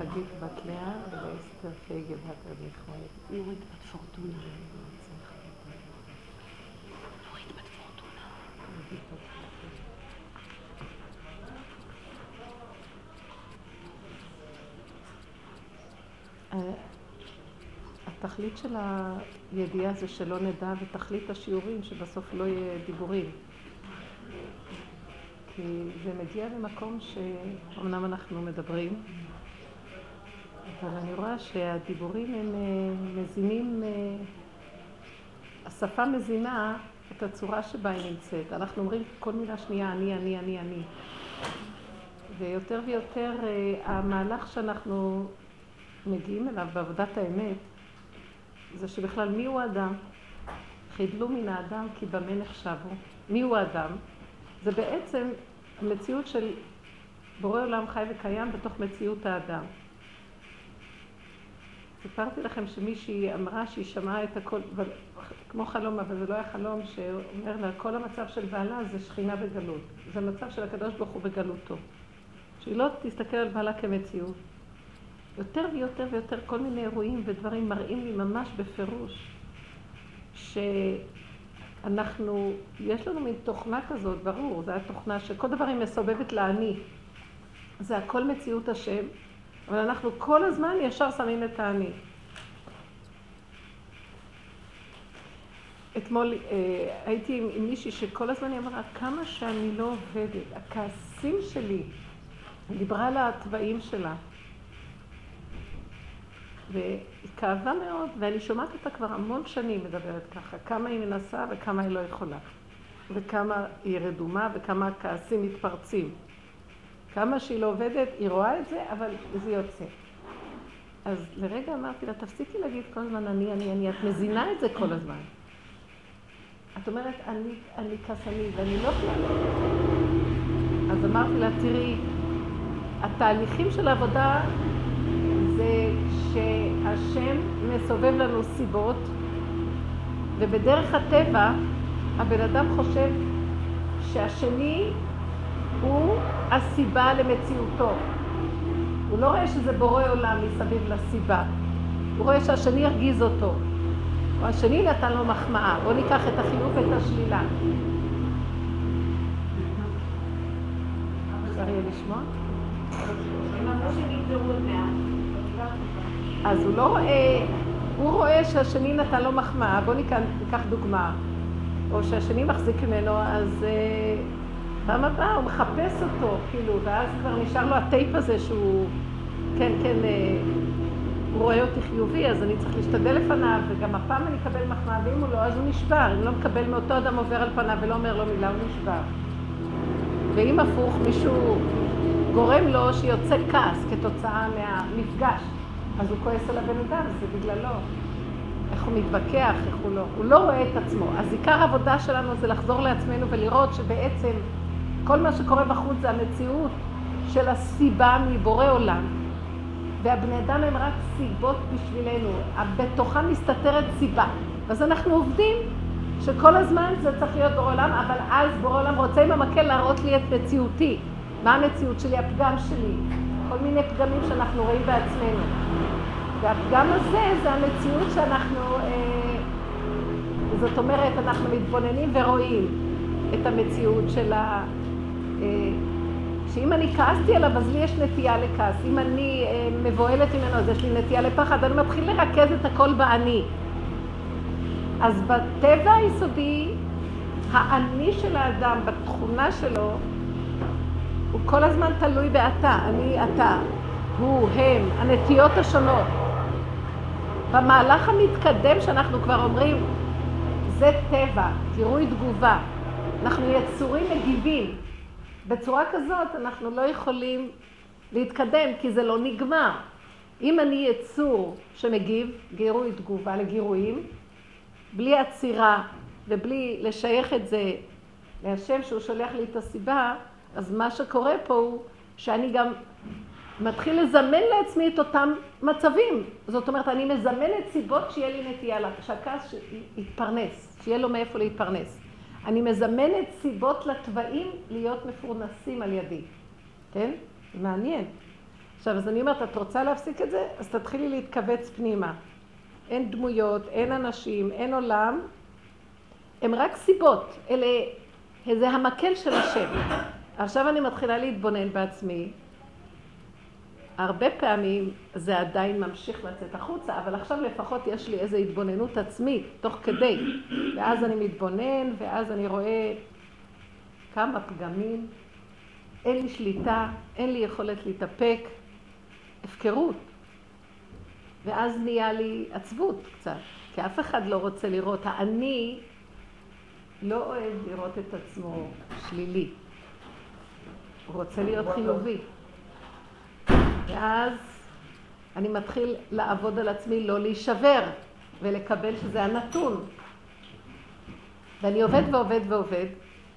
לחגית בת לאה ולאסתר פייגה בת רבי חיים. נורית בת פורטונה. נורית בת פורטונה. התכלית של הידיעה זה שלא נדע, ותכלית השיעורים שבסוף לא יהיה דיבורים. כי זה מגיע למקום שאומנם אנחנו מדברים, אבל אני רואה שהדיבורים הם מזינים, השפה מזינה את הצורה שבה היא נמצאת. אנחנו אומרים כל מילה שנייה, אני. ויותר ויותר המהלך שאנחנו מגיעים אליו בעבודת האמת, זה שבכלל מי הוא האדם? חידלו מן האדם כי במה נחשבו. מי הוא האדם? זה בעצם המציאות של בורא עולם חי וקיים בתוך מציאות האדם. סיפרתי לכם שמישהי אמרה שהיא שמעה את הכל, כמו חלום, אבל זה לא היה חלום, שאומר לה, כל המצב של בעלה זה שכינה בגלות. זה מצב של הקדוש ברוך הוא בגלותו. שהיא לא תסתכל על בעלה כמציאות. יותר ויותר ויותר כל מיני אירועים ודברים מראים לי ממש בפירוש שאנחנו, יש לנו מין תוכנה כזאת, ברור, זו התוכנה שכל דבר היא מסובבת לעני. זה הכל מציאות השם, אבל אנחנו כל הזמן ישר שמים את העני. אתמול הייתי עם מישהי שכל הזמן היא אמרה, כמה שאני לא עובדת, הכעסים שלי, היא דיברה על הטבעים שלה. והיא כאבה מאוד, ואני שומעת אותה כבר המון שנים מדברת ככה, כמה היא מנסה וכמה היא לא יכולה. וכמה היא רדומה וכמה הכעסים מתפרצים. כמה שהיא לא עובדת, היא רואה את זה, אבל זה יוצא. אז לרגע אמרתי לה, תפסיקי להגיד כל הזמן אני, את מזינה את זה כל הזמן. את אומרת, אני כעסני ואני לא יכולה. אז אמרתי לה, תראי, התהליכים של העבודה זה שהשם מסובב לנו סיבות, ובדרך הטבע הבן אדם חושב שהשני הוא הסיבה למציאותו. הוא לא רואה שזה בורא עולם מסביב לסיבה. הוא רואה שהשני ירגיז אותו. או השני נתן לו מחמאה. בואו ניקח את החיוב ואת השלילה. אפשר יהיה לשמוע? אז הוא לא רואה, הוא רואה שהשני נתן לו מחמאה. בואו ניקח דוגמה. או שהשני מחזיק ממנו, אז פעם הבאה הוא מחפש אותו, כאילו, ואז כבר נשאר לו הטייפ הזה שהוא, כן, הוא רואה אותי חיובי, אז אני צריך להשתדל לפניו, וגם הפעם אני אקבל מחמאה, ואם הוא לא, אז הוא נשבר. אם לא מקבל מאותו אדם עובר על פניו ולא אומר לו מילה, הוא נשבר. ואם הפוך, מישהו גורם לו שיוצא כעס כתוצאה מהמפגש, אז הוא כועס על הבן אדם, זה בגללו. איך הוא מתווכח, איך הוא לא רואה את עצמו. אז עיקר העבודה שלנו זה לחזור לעצמנו ולראות שבעצם כל מה שקורה בחוץ זה המציאות של הסיבה מבורא עולם. והבני אדם הם רק סיבות בשבילנו. בתוכם מסתתרת סיבה. אז אנחנו עובדים שכל הזמן זה צריך להיות בורא עולם, אבל אז בורא עולם רוצה עם המקל להראות לי את מציאותי. מה המציאות שלי? הפגם שלי. כל מיני פגמים שאנחנו רואים בעצמנו. והפגם הזה זה המציאות שאנחנו, זאת אומרת, אנחנו מתבוננים ורואים את המציאות של שאם אני כעסתי עליו, אז לי יש נטייה לכעס. אם אני מבועלת ממנו, אז יש לי נטייה לפחד. אני מתחיל לרכז את הכל באני. אז בטבע היסודי, האני של האדם, בתכונה שלו, הוא כל הזמן תלוי באתה. אני, אתה, הוא, הם, הנטיות השונות. במהלך המתקדם שאנחנו כבר אומרים, זה טבע, גירוי תגובה. אנחנו יצורים מגיבים. בצורה כזאת אנחנו לא יכולים להתקדם, כי זה לא נגמר. אם אני יצור שמגיב, גירוי תגובה לגירויים, בלי עצירה ובלי לשייך את זה להשם שהוא שולח לי את הסיבה, אז מה שקורה פה הוא שאני גם מתחיל לזמן לעצמי את אותם מצבים. זאת אומרת, אני מזמנת סיבות שיהיה לי נטייה לה, שהכעס יתפרנס, שיהיה לו מאיפה להתפרנס. אני מזמנת סיבות לטבעים להיות מפורנסים על ידי. כן? מעניין. עכשיו, אז אני אומרת, את רוצה להפסיק את זה? אז תתחילי להתכווץ פנימה. אין דמויות, אין אנשים, אין עולם. הם רק סיבות. זה המקל של השם. עכשיו אני מתחילה להתבונן בעצמי. הרבה פעמים זה עדיין ממשיך לצאת החוצה, אבל עכשיו לפחות יש לי איזו התבוננות עצמית, תוך כדי. ואז אני מתבונן, ואז אני רואה כמה פגמים. אין לי שליטה, אין לי יכולת להתאפק. הפקרות. ואז נהיה לי עצבות קצת, כי אף אחד לא רוצה לראות. האני לא אוהב לראות את עצמו שלילי. הוא רוצה להיות חיובי. ואז אני מתחיל לעבוד על עצמי, לא להישבר, ולקבל שזה הנתון. ואני עובד ועובד ועובד.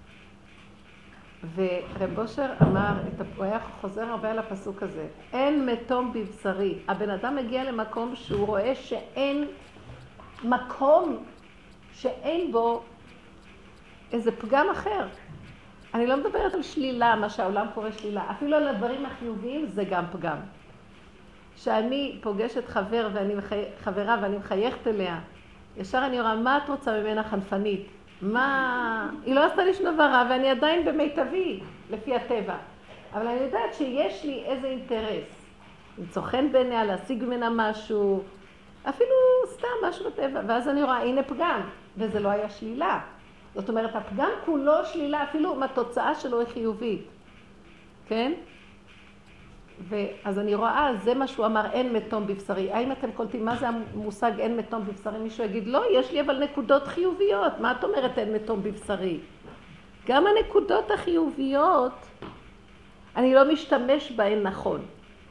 ורב אושר אמר, הוא היה חוזר הרבה על הפסוק הזה, אין מתום בבשרי. הבן אדם מגיע למקום שהוא רואה שאין מקום, שאין בו איזה פגם אחר. אני לא מדברת על שלילה, מה שהעולם קורא שלילה, אפילו על הדברים החיוביים זה גם פגם. שאני פוגשת חברה ואני מחייכת אליה, ישר אני אומר, מה את רוצה ממנה חנפנית? מה? היא לא עשתה לי שום דבר רע, ואני עדיין במיטבי, לפי הטבע. אבל אני יודעת שיש לי איזה אינטרס. למצוא חן בעיניה, להשיג ממנה משהו, אפילו סתם משהו בטבע. ואז אני רואה, הנה פגם, וזה לא היה שלילה. זאת אומרת, הפגם כולו שלילה, אפילו אם התוצאה שלו היא חיובית. כן? ואז אני רואה, זה מה שהוא אמר, אין מתום בבשרי. האם אתם קולטים מה זה המושג אין מתום בבשרי? מישהו יגיד, לא, יש לי אבל נקודות חיוביות. מה את אומרת אין מתום בבשרי? גם הנקודות החיוביות, אני לא משתמש בהן נכון.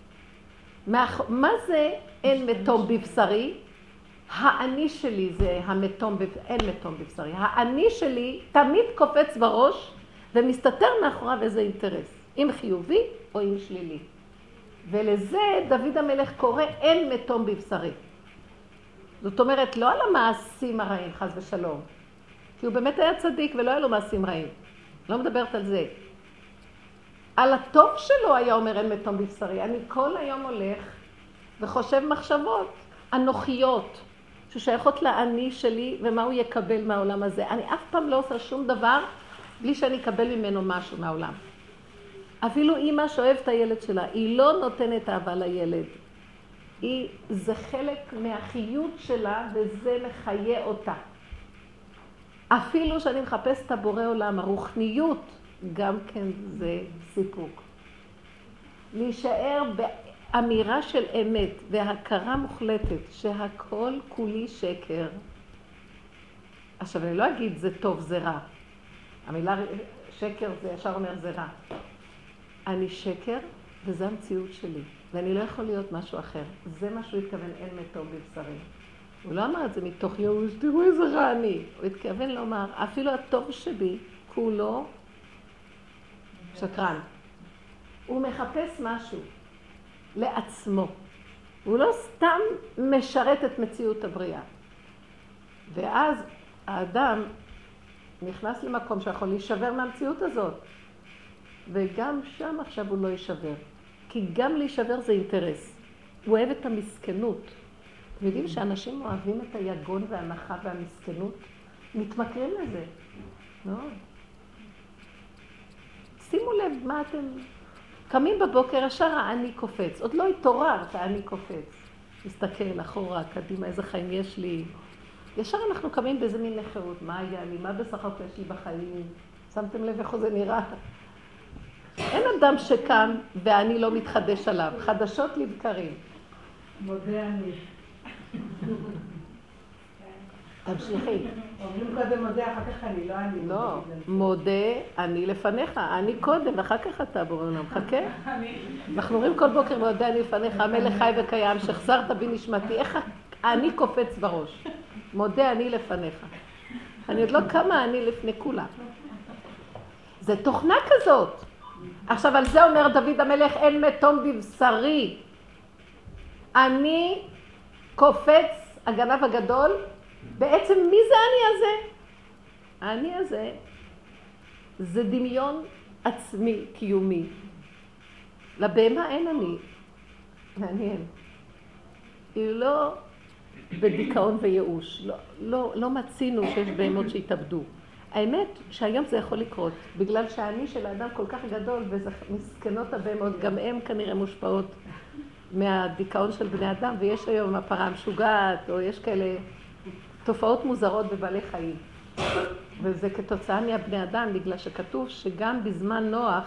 מה זה אין מתום בבשרי? האני שלי זה אין מתום בבשרי. האני שלי תמיד קופץ בראש ומסתתר מאחוריו איזה אינטרס. אם חיובי או אם שלילי. ולזה דוד המלך קורא אין מתום בבשרי. זאת אומרת, לא על המעשים הרעים, חס ושלום. כי הוא באמת היה צדיק ולא היה לו מעשים רעים. לא מדברת על זה. על הטוב שלו היה אומר אין מתום בבשרי. אני כל היום הולך וחושב מחשבות אנוכיות, ששייכות לאני שלי ומה הוא יקבל מהעולם הזה. אני אף פעם לא עושה שום דבר בלי שאני אקבל ממנו משהו מהעולם. אפילו אמא שאוהבת את הילד שלה, היא לא נותנת אהבה לילד. זה חלק מהחיות שלה וזה מחיה אותה. אפילו שאני מחפש את הבורא עולם, הרוחניות, גם כן זה סיפוק. להישאר באמירה של אמת והכרה מוחלטת שהכל כולי שקר. עכשיו אני לא אגיד זה טוב, זה רע. המילה שקר זה ישר אומר זה רע. אני שקר וזה המציאות שלי. ואני לא יכול להיות משהו אחר. זה מה שהוא התכוון, אין מתום בבשרי. הוא לא אמר את זה מתוך ייאוש, תראו איזה רע אני. הוא התכוון לומר, אפילו הטוב שבי, כולו שקרן. הוא מחפש משהו לעצמו. הוא לא סתם משרת את מציאות הבריאה. ואז האדם נכנס למקום שיכול להישבר מהמציאות הזאת. וגם שם עכשיו הוא לא יישבר. כי גם להישבר זה אינטרס. הוא אוהב את המסכנות. אתם יודעים שאנשים אוהבים את היגון והנחה והמסכנות? מתמכרים לזה. מאוד. שימו לב מה אתם... קמים בבוקר, ישר האני קופץ. עוד לא התעוררת, האני קופץ. מסתכל אחורה, קדימה, איזה חיים יש לי. ישר אנחנו קמים באיזה מין נחירות. מה היה לי? מה בסך הכל יש לי בחיים? שמתם לב איך זה נראה? אין אדם שקם ואני לא מתחדש עליו. חדשות לבקרים. מודה אני. תמשיכי. אומרים קודם מודה, אחר כך אני, לא אני. לא, מודה אני לפניך. אני קודם, ואחר כך אתה בורא עולם. חכה. אנחנו אומרים כל בוקר מודה אני לפניך, המלך חי וקיים, שחזרת בי נשמתי. איך אני קופץ בראש? מודה אני לפניך. אני עוד לא קמה אני לפני כולה. זה תוכנה כזאת. עכשיו על זה אומר דוד המלך, אין מתום בבשרי. אני קופץ, הגנב הגדול, בעצם מי זה אני הזה? אני הזה זה דמיון עצמי, קיומי. לבהמה אין אני. מעניין. היא לא בדיכאון וייאוש. לא מצינו שיש בהמות שהתאבדו. האמת שהיום זה יכול לקרות, בגלל שהאני של האדם כל כך גדול, וזה מסכנות הבהמות, גם הם כנראה מושפעות מהדיכאון של בני אדם, ויש היום הפרה המשוגעת, או יש כאלה תופעות מוזרות בבעלי חיים. וזה כתוצאה מהבני אדם, בגלל שכתוב שגם בזמן נוח,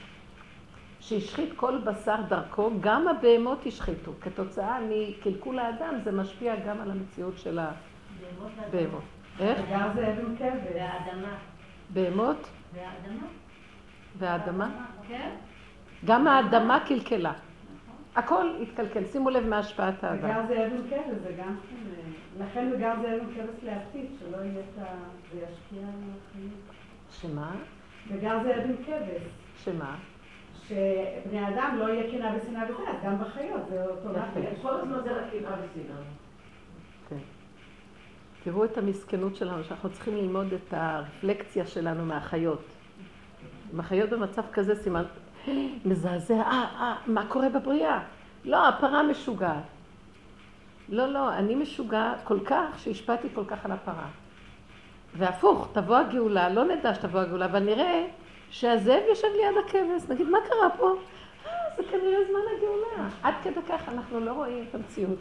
שהשחית כל בשר דרכו, גם הבהמות השחיתו. כתוצאה מקלקול האדם, זה משפיע גם על המציאות של הבהמות. איך? וגם זה אבן כבש. והאדמה. בהמות? והאדמה. והאדמה? כן. גם האדמה קלקלה. הכל התקלקל. שימו לב מהשפעת האדם. וגם זה אבן כבש, זה גם כן. לכן וגם זה אבן כבש לעתיד, שלא יהיה את ה... זה ישקיע על החיים. שמה? וגם זה אבן כבש. שמה? שבני אדם לא יהיה קנאה ושנאה וזה, אז גם בחיות, זה אוטומטי. כל הזמן זה רק קנאה ושנאה. כן. תראו את המסכנות שלנו, שאנחנו צריכים ללמוד את הרפלקציה שלנו מהחיות. אם החיות במצב כזה סימן, מזעזע, מה קורה בבריאה? לא, הפרה משוגעת. לא, אני משוגע כל כך שהשפעתי כל כך על הפרה. והפוך, תבוא הגאולה, לא נדע שתבוא הגאולה, אבל נראה שהזאב יושב ליד הכבש. נגיד, מה קרה פה? זה כנראה זמן הגאולה. עד כדי כך אנחנו לא רואים את המציאות.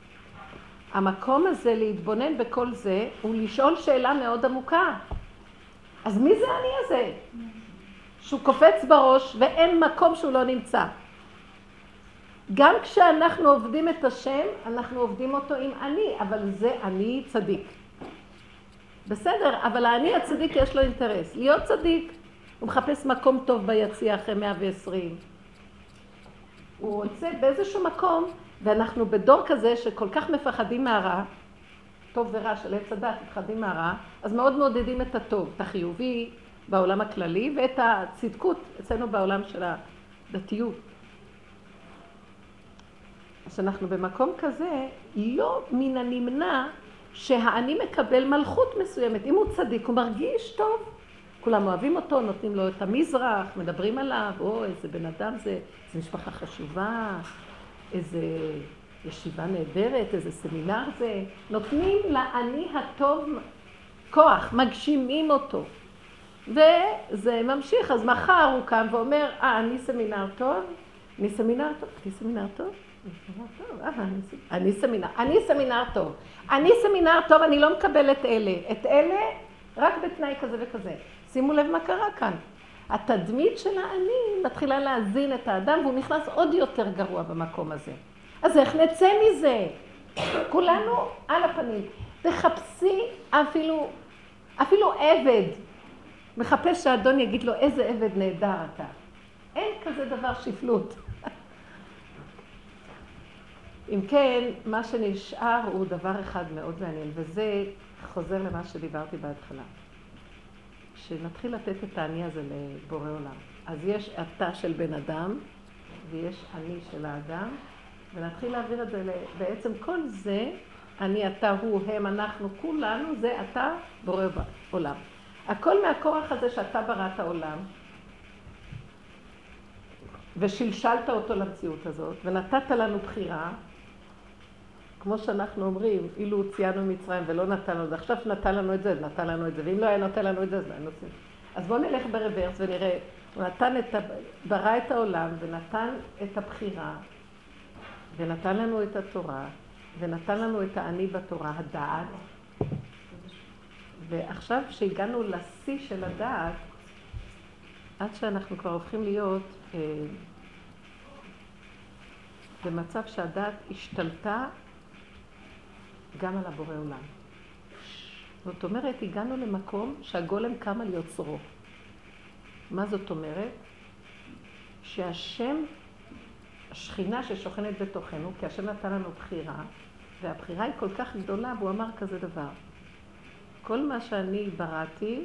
המקום הזה להתבונן בכל זה, הוא לשאול שאלה מאוד עמוקה. אז מי זה אני הזה? שהוא קופץ בראש ואין מקום שהוא לא נמצא. גם כשאנחנו עובדים את השם, אנחנו עובדים אותו עם אני, אבל זה אני צדיק. בסדר, אבל האני הצדיק יש לו אינטרס. להיות צדיק, הוא מחפש מקום טוב ביציע אחרי 120. הוא רוצה באיזשהו מקום, ואנחנו בדור כזה שכל כך מפחדים מהרע, טוב ורע של עץ הדת, מפחדים מהרע, אז מאוד מעודדים את הטוב, את החיובי בעולם הכללי, ואת הצדקות אצלנו בעולם של הדתיות. אז אנחנו במקום כזה, לא מן הנמנע שהאני מקבל מלכות מסוימת. אם הוא צדיק, הוא מרגיש טוב. כולם אוהבים אותו, נותנים לו את המזרח, מדברים עליו, איזה בן אדם זה, איזה משפחה חשובה, איזה ישיבה נהדרת, איזה סמינר זה. נותנים לאני הטוב כוח, מגשימים אותו. וזה ממשיך, אז מחר הוא קם ואומר, אני סמינר טוב, אני סמינר טוב, אני סמינר טוב. אני סמינר טוב, אני לא מקבל את אלה. את אלה רק בתנאי כזה וכזה. שימו לב מה קרה כאן. התדמית של האני מתחילה להזין את האדם, והוא נכנס עוד יותר גרוע במקום הזה. אז איך נצא מזה? כולנו על הפנים. תחפשי אפילו עבד. מחפש שהאדון יגיד לו איזה עבד נהדר אתה. אין כזה דבר שפלות. אם כן, מה שנשאר הוא דבר אחד מאוד מעניין, וזה חוזר למה שדיברתי בהתחלה. כשנתחיל לתת את האני הזה לבורא עולם, אז יש אתה של בן אדם, ויש אני של האדם, ונתחיל להעביר את זה בעצם כל זה, אני, אתה, הוא, הם, אנחנו, כולנו, זה אתה בורא עולם. הכל מהכורח הזה שאתה בראת העולם, ושלשלת אותו למציאות הזאת, ונתת לנו בחירה, כמו שאנחנו אומרים, אילו הוציאנו ממצרים ולא נתן לנו את זה, עכשיו נתן לנו את זה, נתן לנו את זה, ואם לא היה נותן לנו את זה, אז לא היינו עושים. אז בואו נלך ברוורס ונראה, הוא ברא את העולם ונתן את הבחירה, ונתן לנו את התורה, ונתן לנו את האני בתורה, הדעת. ועכשיו שהגענו לשיא של הדעת, עד שאנחנו כבר הופכים להיות במצב שהדעת השתלטה גם על הבורא עולם. זאת אומרת, הגענו למקום שהגולם קם על יוצרו. מה זאת אומרת? שהשם, השכינה ששוכנת בתוכנו, כי השם נתן לנו בחירה, והבחירה היא כל כך גדולה, והוא אמר כזה דבר. כל מה שאני בראתי,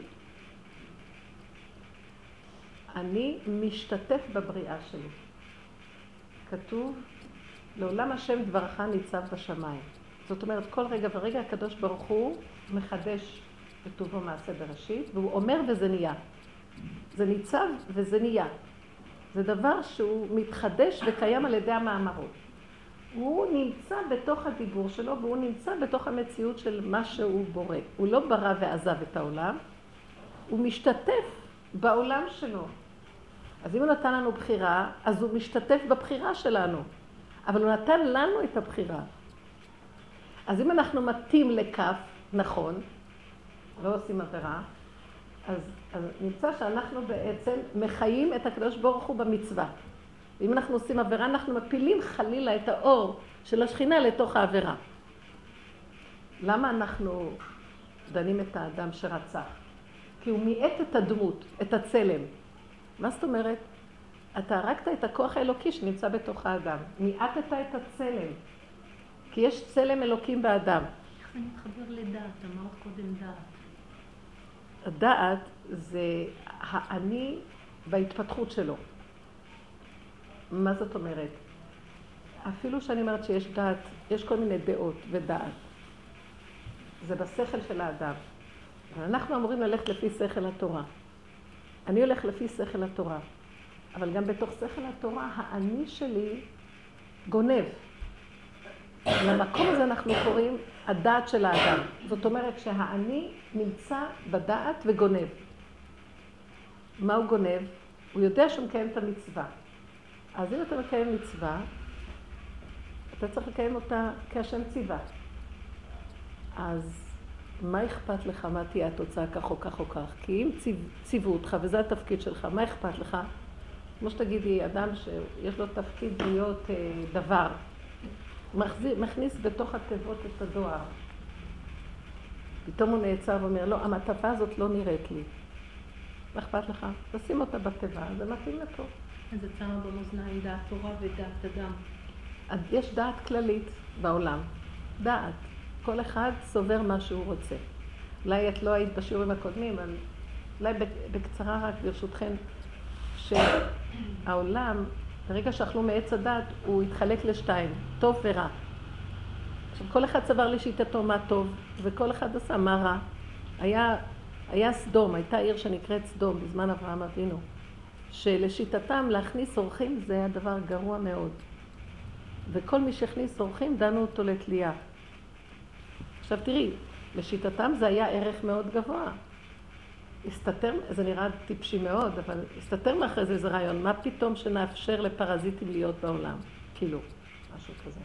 אני משתתף בבריאה שלי. כתוב, לעולם השם דברך ניצב בשמיים. זאת אומרת, כל רגע ורגע הקדוש ברוך הוא מחדש בטובו מעשה בראשית, והוא אומר וזה נהיה. זה ניצב וזה נהיה. זה דבר שהוא מתחדש וקיים על ידי המאמרות. הוא נמצא בתוך הדיבור שלו, והוא נמצא בתוך המציאות של מה שהוא בורא. הוא לא ברא ועזב את העולם, הוא משתתף בעולם שלו. אז אם הוא נתן לנו בחירה, אז הוא משתתף בבחירה שלנו. אבל הוא נתן לנו את הבחירה. אז אם אנחנו מתאים לכף, נכון, לא עושים עבירה, אז נמצא שאנחנו בעצם מחיים את הקדוש ברוך הוא במצווה. ואם אנחנו עושים עבירה, אנחנו מפילים חלילה את האור של השכינה לתוך העבירה. למה אנחנו דנים את האדם שרצח? כי הוא מיעט את הדמות, את הצלם. מה זאת אומרת? אתה הרגת את הכוח האלוקי שנמצא בתוך האדם. מיעטת את הצלם. כי יש צלם אלוקים באדם. איך זה מתחבר לדעת? אמרת קודם דעת. הדעת זה האני בהתפתחות שלו. מה זאת אומרת? אפילו שאני אומרת שיש דעת, יש כל מיני דעות ודעת. זה בשכל של האדם. אבל אנחנו אמורים ללכת לפי שכל התורה. אני הולך לפי שכל התורה. אבל גם בתוך שכל התורה, האני שלי גונב. למקום הזה אנחנו קוראים הדעת של האדם. זאת אומרת שהאני נמצא בדעת וגונב. מה הוא גונב? הוא יודע שהוא מקיים את המצווה. אז אם אתה מקיים מצווה, אתה צריך לקיים אותה כהשם ציווה. אז מה אכפת לך? מה תהיה התוצאה כך או כך או כך? כי אם ציוו אותך, וזה התפקיד שלך, מה אכפת לך? כמו שתגידי, אדם שיש לו תפקיד להיות דבר, מכניס בתוך התיבות את הדואר. פתאום הוא נעצר ואומר, לא, המעטפה הזאת לא נראית לי. מה אכפת לך? תשים אותה בתיבה, זה מתאים לפה. אז את שמה במאזניים דעת תורה ודעת אדם. יש דעת כללית בעולם. דעת. כל אחד סובר מה שהוא רוצה. אולי את לא היית בשיעורים הקודמים, אבל אולי בקצרה רק ברשותכן, שהעולם, ברגע שאכלו מעץ הדת, הוא התחלק לשתיים, טוב ורע. עכשיו, כל אחד סבר לשיטתו מה טוב, וכל אחד עשה מה רע. היה סדום, הייתה עיר שנקראת סדום בזמן אברהם אבינו, שלשיטתם להכניס אורחים זה היה דבר גרוע מאוד. וכל מי שהכניס אורחים דנו אותו לתלייה. עכשיו תראי, לשיטתם זה היה ערך מאוד גבוה. הסתתר, זה נראה טיפשי מאוד, אבל הסתתר מאחרי זה איזה רעיון. מה פתאום שנאפשר לפרזיטים להיות בעולם? כאילו, משהו כזה.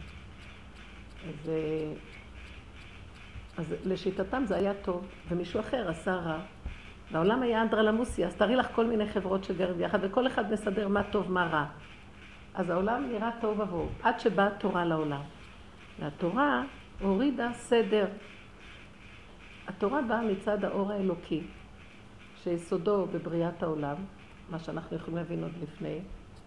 אז לשיטתם זה היה טוב, ומישהו אחר עשה רע. והעולם היה אנדרלמוסיה, אז תראי לך כל מיני חברות שגרים ביחד, וכל אחד מסדר מה טוב, מה רע. אז העולם נראה טוב עבור, עד שבאה תורה לעולם. והתורה הורידה סדר. התורה באה מצד האור האלוקי, שיסודו בבריאת העולם, מה שאנחנו יכולים להבין עוד לפני,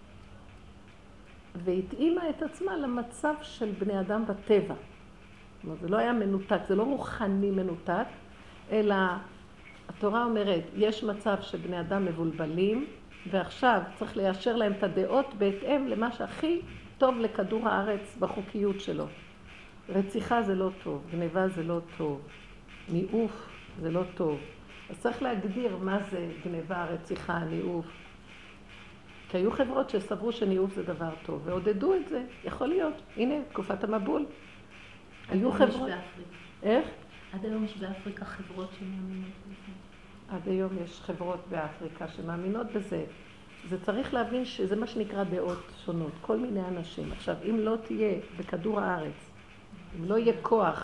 והתאימה את עצמה למצב של בני אדם בטבע. זאת אומרת, זה לא היה מנותק, זה לא רוחני מנותק, אלא התורה אומרת, יש מצב שבני אדם מבולבלים, ועכשיו צריך ליישר להם את הדעות בהתאם למה שהכי טוב לכדור הארץ בחוקיות שלו. רציחה זה לא טוב, גניבה זה לא טוב, ניאוף זה לא טוב. אז צריך להגדיר מה זה גניבה, רציחה, ניאוף. כי היו חברות שסברו שניאוף זה דבר טוב, ועודדו את זה. יכול להיות. הנה, תקופת המבול. היו חברות... איך? עד היום יש באפריקה חברות שמאמינות בזה. עד היום יש חברות באפריקה שמאמינות בזה. זה צריך להבין שזה מה שנקרא דעות שונות. כל מיני אנשים. עכשיו, אם לא תהיה בכדור הארץ, אם לא יהיה כוח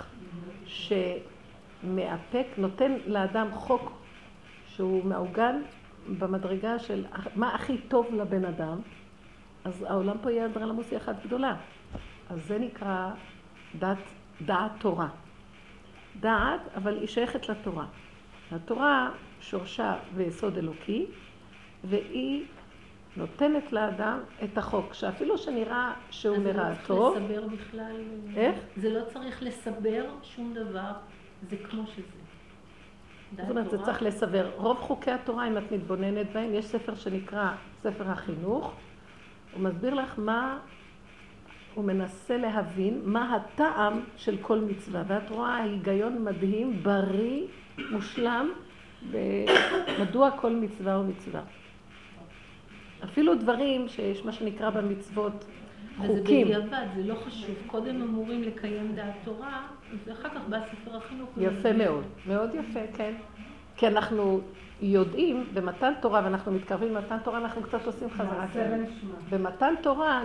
שמאפק, נותן לאדם חוק שהוא מעוגן במדרגה של מה הכי טוב לבן אדם, אז העולם פה יהיה אנדרלמוסיה אחת גדולה. אז זה נקרא דעת תורה. דעת, אבל היא שייכת לתורה. התורה שורשה ביסוד אלוקי, והיא נותנת לאדם את החוק, שאפילו שנראה שהוא נראה טוב. אז זה לא צריך לסבר בכלל. איך? זה לא צריך לסבר שום דבר, זה כמו שזה. זאת אומרת, זה צריך לסבר. רוב חוקי התורה, אם את מתבוננת בהם, יש ספר שנקרא ספר החינוך. הוא מסביר לך מה הוא מנסה להבין, מה הטעם של כל מצווה. ואת רואה היגיון מדהים, בריא, מושלם, ומדוע כל מצווה או מצווה. אפילו דברים שיש מה שנקרא במצוות, וזה חוקים. בדיעבד, זה לא חשוב. קודם אמורים לקיים דעת תורה, ואחר כך בא ספר החינוך. יפה מאוד, מאוד יפה, כן. כי אנחנו יודעים, במתן תורה, ואנחנו מתקרבים במתן תורה, אנחנו קצת עושים חזרה. מעשה ונשמע. במתן תורה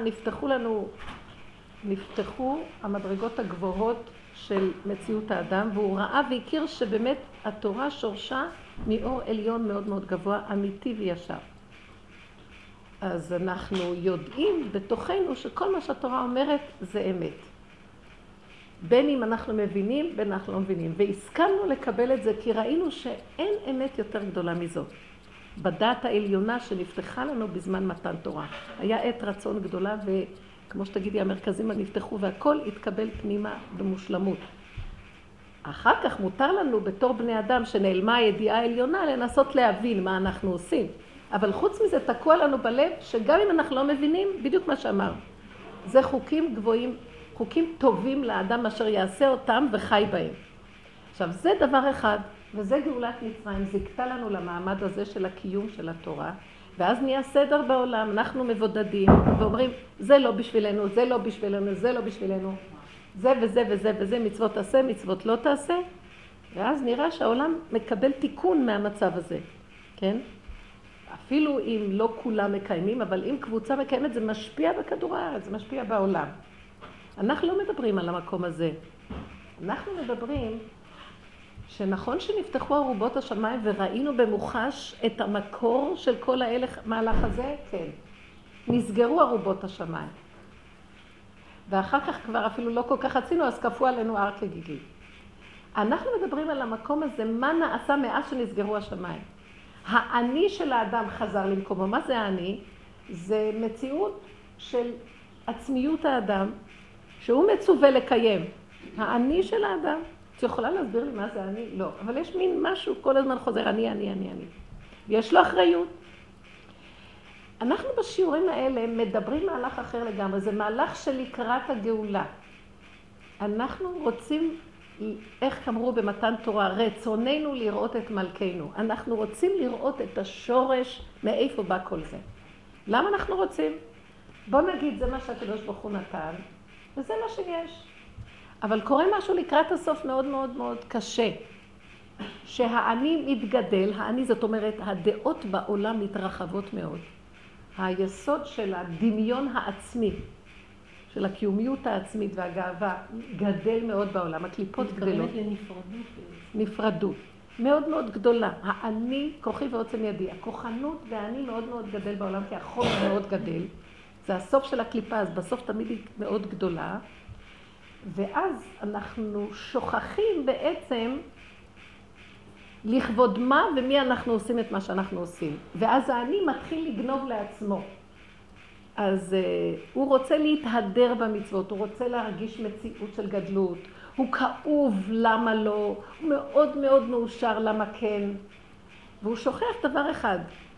נפתחו המדרגות הגבוהות של מציאות האדם, והוא ראה והכיר שבאמת התורה שורשה מאור עליון מאוד מאוד גבוה, אמיתי וישר. אז אנחנו יודעים בתוכנו שכל מה שהתורה אומרת זה אמת. בין אם אנחנו מבינים, בין אנחנו לא מבינים. והסכמנו לקבל את זה כי ראינו שאין אמת יותר גדולה מזאת. בדעת העליונה שנפתחה לנו בזמן מתן תורה. היה עת רצון גדולה וכמו שתגידי, המרכזים נפתחו והכל התקבל פנימה במושלמות. אחר כך מותר לנו בתור בני אדם שנעלמה הידיעה העליונה לנסות להבין מה אנחנו עושים. אבל חוץ מזה תקוע לנו בלב שגם אם אנחנו לא מבינים, בדיוק מה שאמר. זה חוקים גבוהים, חוקים טובים לאדם אשר יעשה אותם וחי בהם. עכשיו זה דבר אחד, וזה גאולת מצרים, זיקתה לנו למעמד הזה של הקיום של התורה, ואז נהיה סדר בעולם, אנחנו מבודדים ואומרים זה לא בשבילנו, זה לא בשבילנו, זה לא בשבילנו, זה וזה וזה וזה, מצוות תעשה, מצוות לא תעשה, ואז נראה שהעולם מקבל תיקון מהמצב הזה, כן? אפילו אם לא כולם מקיימים, אבל אם קבוצה מקיימת זה משפיע בכדור הארץ, זה משפיע בעולם. אנחנו לא מדברים על המקום הזה. אנחנו מדברים שנכון שנפתחו ארובות השמיים וראינו במוחש את המקור של כל המהלך הזה, כן. נסגרו ארובות השמיים. ואחר כך כבר אפילו לא כל כך רצינו, אז כפו עלינו הר כגיגי. אנחנו מדברים על המקום הזה, מה נעשה מאז שנסגרו השמיים. האני של האדם חזר למקומו. מה זה האני? זה מציאות של עצמיות האדם, שהוא מצווה לקיים. האני של האדם. את יכולה להסביר לי מה זה אני? לא. אבל יש מין משהו, כל הזמן חוזר, אני. ויש לו אחריות. אנחנו בשיעורים האלה מדברים מהלך אחר לגמרי. זה מהלך של לקראת הגאולה. אנחנו רוצים, איך אמרו במתן תורה, רצוננו לראות את מלכנו. אנחנו רוצים לראות את השורש, מאיפה בא כל זה. למה אנחנו רוצים? בוא נגיד, זה מה שהקדוש ברוך הוא נתן, וזה מה שיש. אבל קורה משהו לקראת הסוף מאוד מאוד מאוד קשה. שהאני מתגדל, האני זאת אומרת, הדעות בעולם מתרחבות מאוד. היסוד של הדמיון העצמי, של הקיומיות העצמית והגאווה, גדל מאוד בעולם. הקליפות גדלות. מתכוונת לנפרדות. נפרדות. מאוד מאוד גדולה. האני, כוחי ועוצם ידי. הכוחנות והאני מאוד מאוד גדל בעולם, כי החום מאוד גדל. זה הסוף של הקליפה, אז בסוף תמיד היא מאוד גדולה. ואז אנחנו שוכחים בעצם לכבוד מה ומי אנחנו עושים את מה שאנחנו עושים. ואז האני מתחיל לגנוב לעצמו. אז הוא רוצה להתהדר במצוות, הוא רוצה להרגיש מציאות של גדלות. הוא כאוב למה לא, הוא מאוד מאוד מאושר למה כן. והוא שוכח דבר אחד.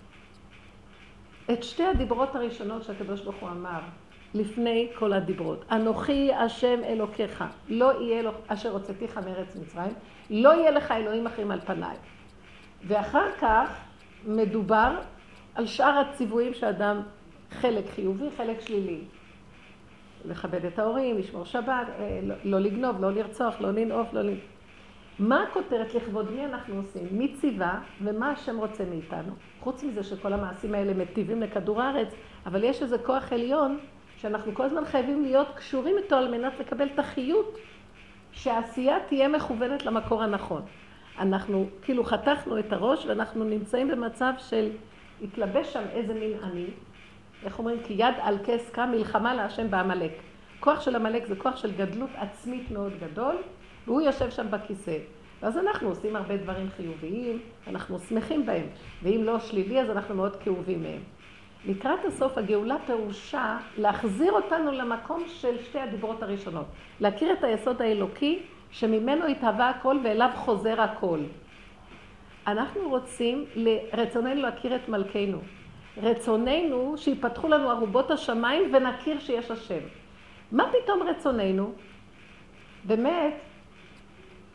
את שתי הדיברות הראשונות שהקדוש ברוך הוא אמר, לפני כל הדיברות. אנוכי השם אלוקיך, לא יהיה אשר הוצאתיך מארץ מצרים, לא יהיה לך אלוהים אחרים על פניי. ואחר כך מדובר על שאר הציוויים שאדם חלק חיובי, חלק שלילי. לכבד את ההורים, לשמור שבת, לא לגנוב, לא לרצוח, לא לנעוף, לא מה הכותרת לכבוד מי אנחנו עושים? מי ציווה ומה השם רוצה מאיתנו? חוץ מזה שכל המעשים האלה מטיבים לכדור הארץ, אבל יש איזה כוח עליון שאנחנו כל הזמן חייבים להיות קשורים איתו על מנת לקבל את החיות שהעשייה תהיה מכוונת למקור הנכון. אנחנו כאילו חתכנו את הראש ואנחנו נמצאים במצב של התלבש שם איזה מין אני. איך אומרים? כי יד על כס קם מלחמה להשם בעמלק. כוח של עמלק זה כוח של גדלות עצמית מאוד גדול, והוא יושב שם בכיסא. ואז אנחנו עושים הרבה דברים חיוביים, אנחנו שמחים בהם. ואם לא שלילי, אז אנחנו מאוד כאובים מהם. לקראת הסוף, הגאולה פירושה להחזיר אותנו למקום של שתי הדיברות הראשונות. להכיר את היסוד האלוקי, שממנו התהווה הכל ואליו חוזר הכל. אנחנו רוצים, רצוננו להכיר את מלכנו. רצוננו שיפתחו לנו ארובות השמיים ונכיר שיש השם. מה פתאום רצוננו? באמת,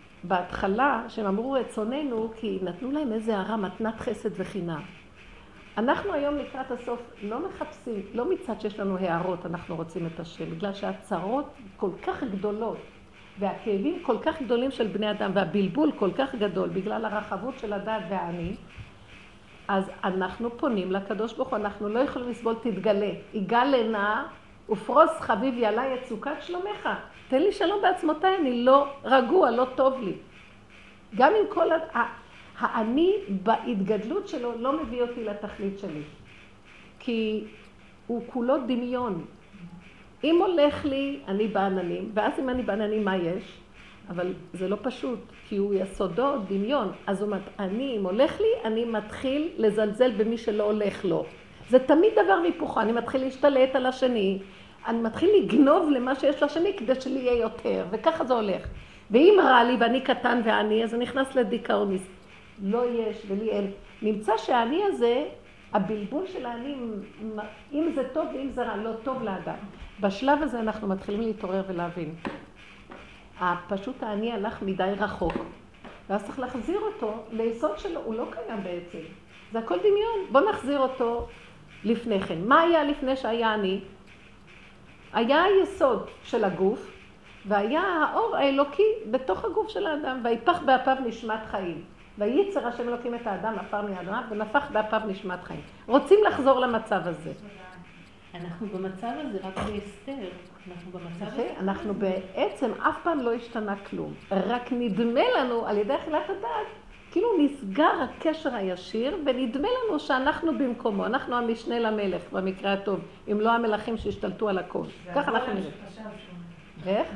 בהתחלה שהם אמרו רצוננו, כי נתנו להם איזה הערה מתנת חסד וחינם. אנחנו היום לקראת הסוף לא מחפשים, לא מצד שיש לנו הערות, אנחנו רוצים את השם, בגלל שהצרות כל כך גדולות, והכאבים כל כך גדולים של בני אדם, והבלבול כל כך גדול, בגלל הרחבות של הדעת והעני, אז אנחנו פונים לקדוש ברוך הוא, אנחנו לא יכולים לסבול, תתגלה. יגאל לנא ופרוס חביבי עליי את סוכת שלומך. תן לי שלום בעצמותיי, אני לא רגוע, לא טוב לי. גם אם כל העני בהתגדלות שלו לא מביא אותי לתכלית שלי. כי הוא כולו דמיון. אם הולך לי, אני בעננים, ואז אם אני בעננים, מה יש? אבל זה לא פשוט, כי הוא יסודו דמיון. אז הוא אם הולך לי, אני מתחיל לזלזל במי שלא הולך לו. זה תמיד דבר מהיפוכה, אני מתחיל להשתלט על השני, אני מתחיל לגנוב למה שיש לשני כדי שלי יהיה יותר, וככה זה הולך. ואם רע לי ואני קטן ועני, אז אני נכנס לדיכאון. לא יש ולי אין. נמצא שהעני הזה, הבלבול של העני, אם זה טוב ואם זה רע, לא טוב לאדם. בשלב הזה אנחנו מתחילים להתעורר ולהבין. פשוט העני הלך מדי רחוק, ואז צריך להחזיר אותו ליסוד שלו, הוא לא קיים בעצם. זה הכל דמיון. בוא נחזיר אותו לפני כן. מה היה לפני שהיה עני? היה היסוד של הגוף, והיה האור האלוקי בתוך הגוף של האדם, ויפח באפיו נשמת חיים. וייצר השם אלוקים את האדם, עפר מאדמה, ונפח באפיו נשמת חיים. רוצים לחזור למצב הזה. אנחנו במצב הזה רק באסתר. אנחנו במצב הזה. אנחנו בעצם אף פעם לא השתנה כלום. רק נדמה לנו על ידי אכילת הדעת, כאילו נסגר הקשר הישיר, ונדמה לנו שאנחנו במקומו. אנחנו המשנה למלך במקרה הטוב, אם לא המלכים שהשתלטו על הכל. ככה אנחנו נראה. איך?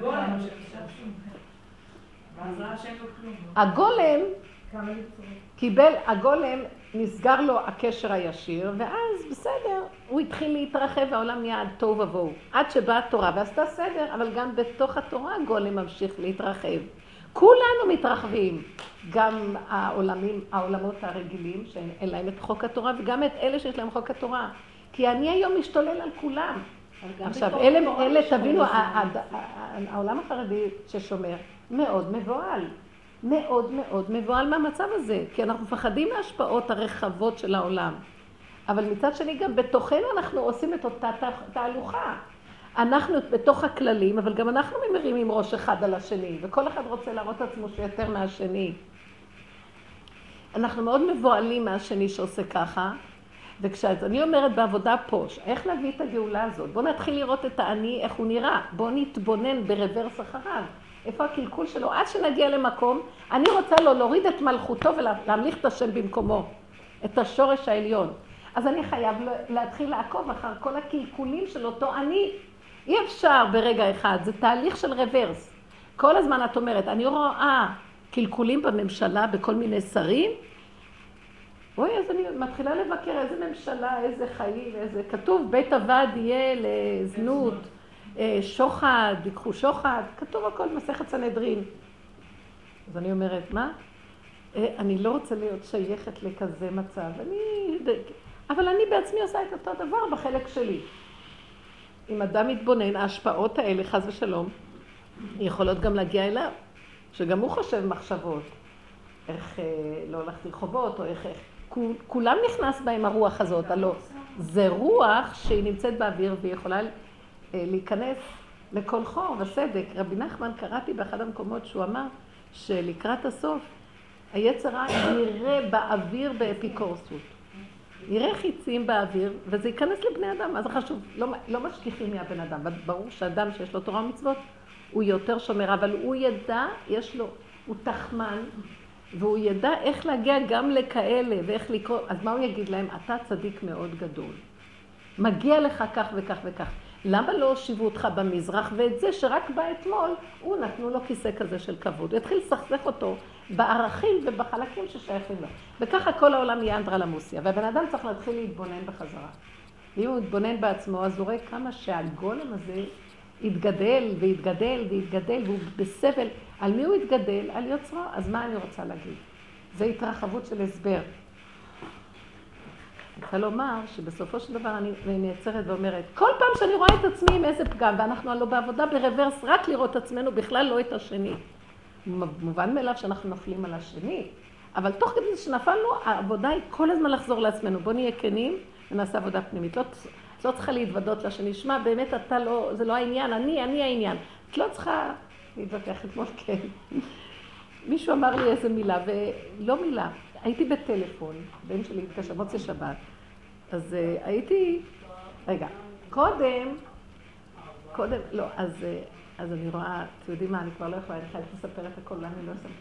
הגולם קיבל, הגולם נסגר לו הקשר הישיר, ואז בסדר, הוא התחיל להתרחב והעולם נהיה עד תוהו ובוהו. עד שבאה התורה ועשתה סדר, אבל גם בתוך התורה הגולם ממשיך להתרחב. כולנו מתרחבים, גם העולמות הרגילים שאין להם את חוק התורה, וגם את אלה שיש להם חוק התורה. כי אני היום משתולל על כולם. עכשיו, אלה תבינו, העולם החרדי ששומר מאוד מבועל. מאוד מאוד מבועל מהמצב הזה, כי אנחנו מפחדים מההשפעות הרחבות של העולם. אבל מצד שני גם בתוכנו אנחנו עושים את אותה תהלוכה. אנחנו בתוך הכללים, אבל גם אנחנו מרימים ראש אחד על השני, וכל אחד רוצה להראות עצמו שיותר מהשני. אנחנו מאוד מבועלים מהשני שעושה ככה, וכשאני אומרת בעבודה פה, איך להביא את הגאולה הזאת? בואו נתחיל לראות את העני, איך הוא נראה. בואו נתבונן ברוורס אחריו. איפה הקלקול שלו? עד שנגיע למקום, אני רוצה לו להוריד את מלכותו ולהמליך את השם במקומו, את השורש העליון. אז אני חייב להתחיל לעקוב אחר כל הקלקולים של אותו אני. אי אפשר ברגע אחד, זה תהליך של רוורס. כל הזמן את אומרת, אני רואה קלקולים בממשלה, בכל מיני שרים, אוי, אז אני מתחילה לבקר איזה ממשלה, איזה חיים, איזה כתוב, בית הוועד יהיה לזנות, שוחד, יקחו שוחד, כתוב הכל מסכת סנהדרין. אז אני אומרת, מה? אני לא רוצה להיות שייכת לכזה מצב, אבל אני בעצמי עושה את אותו דבר בחלק שלי. אם אדם מתבונן, ההשפעות האלה, חס ושלום, יכולות גם להגיע אליו, שגם הוא חושב מחשבות, איך לא הולכת לרחובות, או איך כולם נכנס בהם הרוח הזאת, הלא, זה רוח שהיא נמצאת באוויר והיא יכולה להיכנס לכל חור וסדק. רבי נחמן קראתי באחד המקומות שהוא אמר שלקראת הסוף היצר רע יראה באוויר באפיקורסות. יראה חיצים באוויר וזה ייכנס לבני אדם. אז זה חשוב, לא משכיחים מהבן אדם. ברור שאדם שיש לו תורה ומצוות הוא יותר שומר, אבל הוא ידע, הוא תחמן, והוא ידע איך להגיע גם לכאלה ואיך לקרוא. אז מה הוא יגיד להם? אתה צדיק מאוד גדול. מגיע לך כך וכך וכך. למה לא הושיבו אותך במזרח? ואת זה שרק בא אתמול, הוא נתנו לו כיסא כזה של כבוד. הוא התחיל לסכסך אותו בערכים ובחלקים ששייכים לו. וככה כל העולם יהיה אנדרלמוסיה. והבן אדם צריך להתחיל להתבונן בחזרה. אם הוא יתבונן בעצמו, אז הוא רואה כמה שהגולם הזה יתגדל ויתגדל ויתגדל, והוא בסבל. על מי הוא יתגדל? על יוצרו. אז מה אני רוצה להגיד? זה התרחבות של הסבר. אני רוצה לומר שבסופו של דבר אני נעצרת ואומרת, כל פעם שאני רואה את עצמי עם איזה פגם, ואנחנו לא בעבודה ברוורס, רק לראות את עצמנו, בכלל לא את השני. מובן מאליו שאנחנו נופלים על השני, אבל תוך כדי שנפלנו, העבודה היא כל הזמן לחזור לעצמנו. בוא נהיה כנים ונעשה עבודה פנימית. לא צריכה להתוודות לה שנשמע, באמת אתה לא, זה לא העניין, אני העניין. את לא צריכה להתווכח אתמול, כן. מישהו אמר לי איזה מילה, ולא מילה. הייתי בטלפון, בן שלי התקשר, מוצא שבת. אז הייתי, רגע, קודם, לא, אז אני רואה, אתם יודעים מה, אני כבר לא יכולה, אני חייבת לספר את הכל, למה אני לא אספר?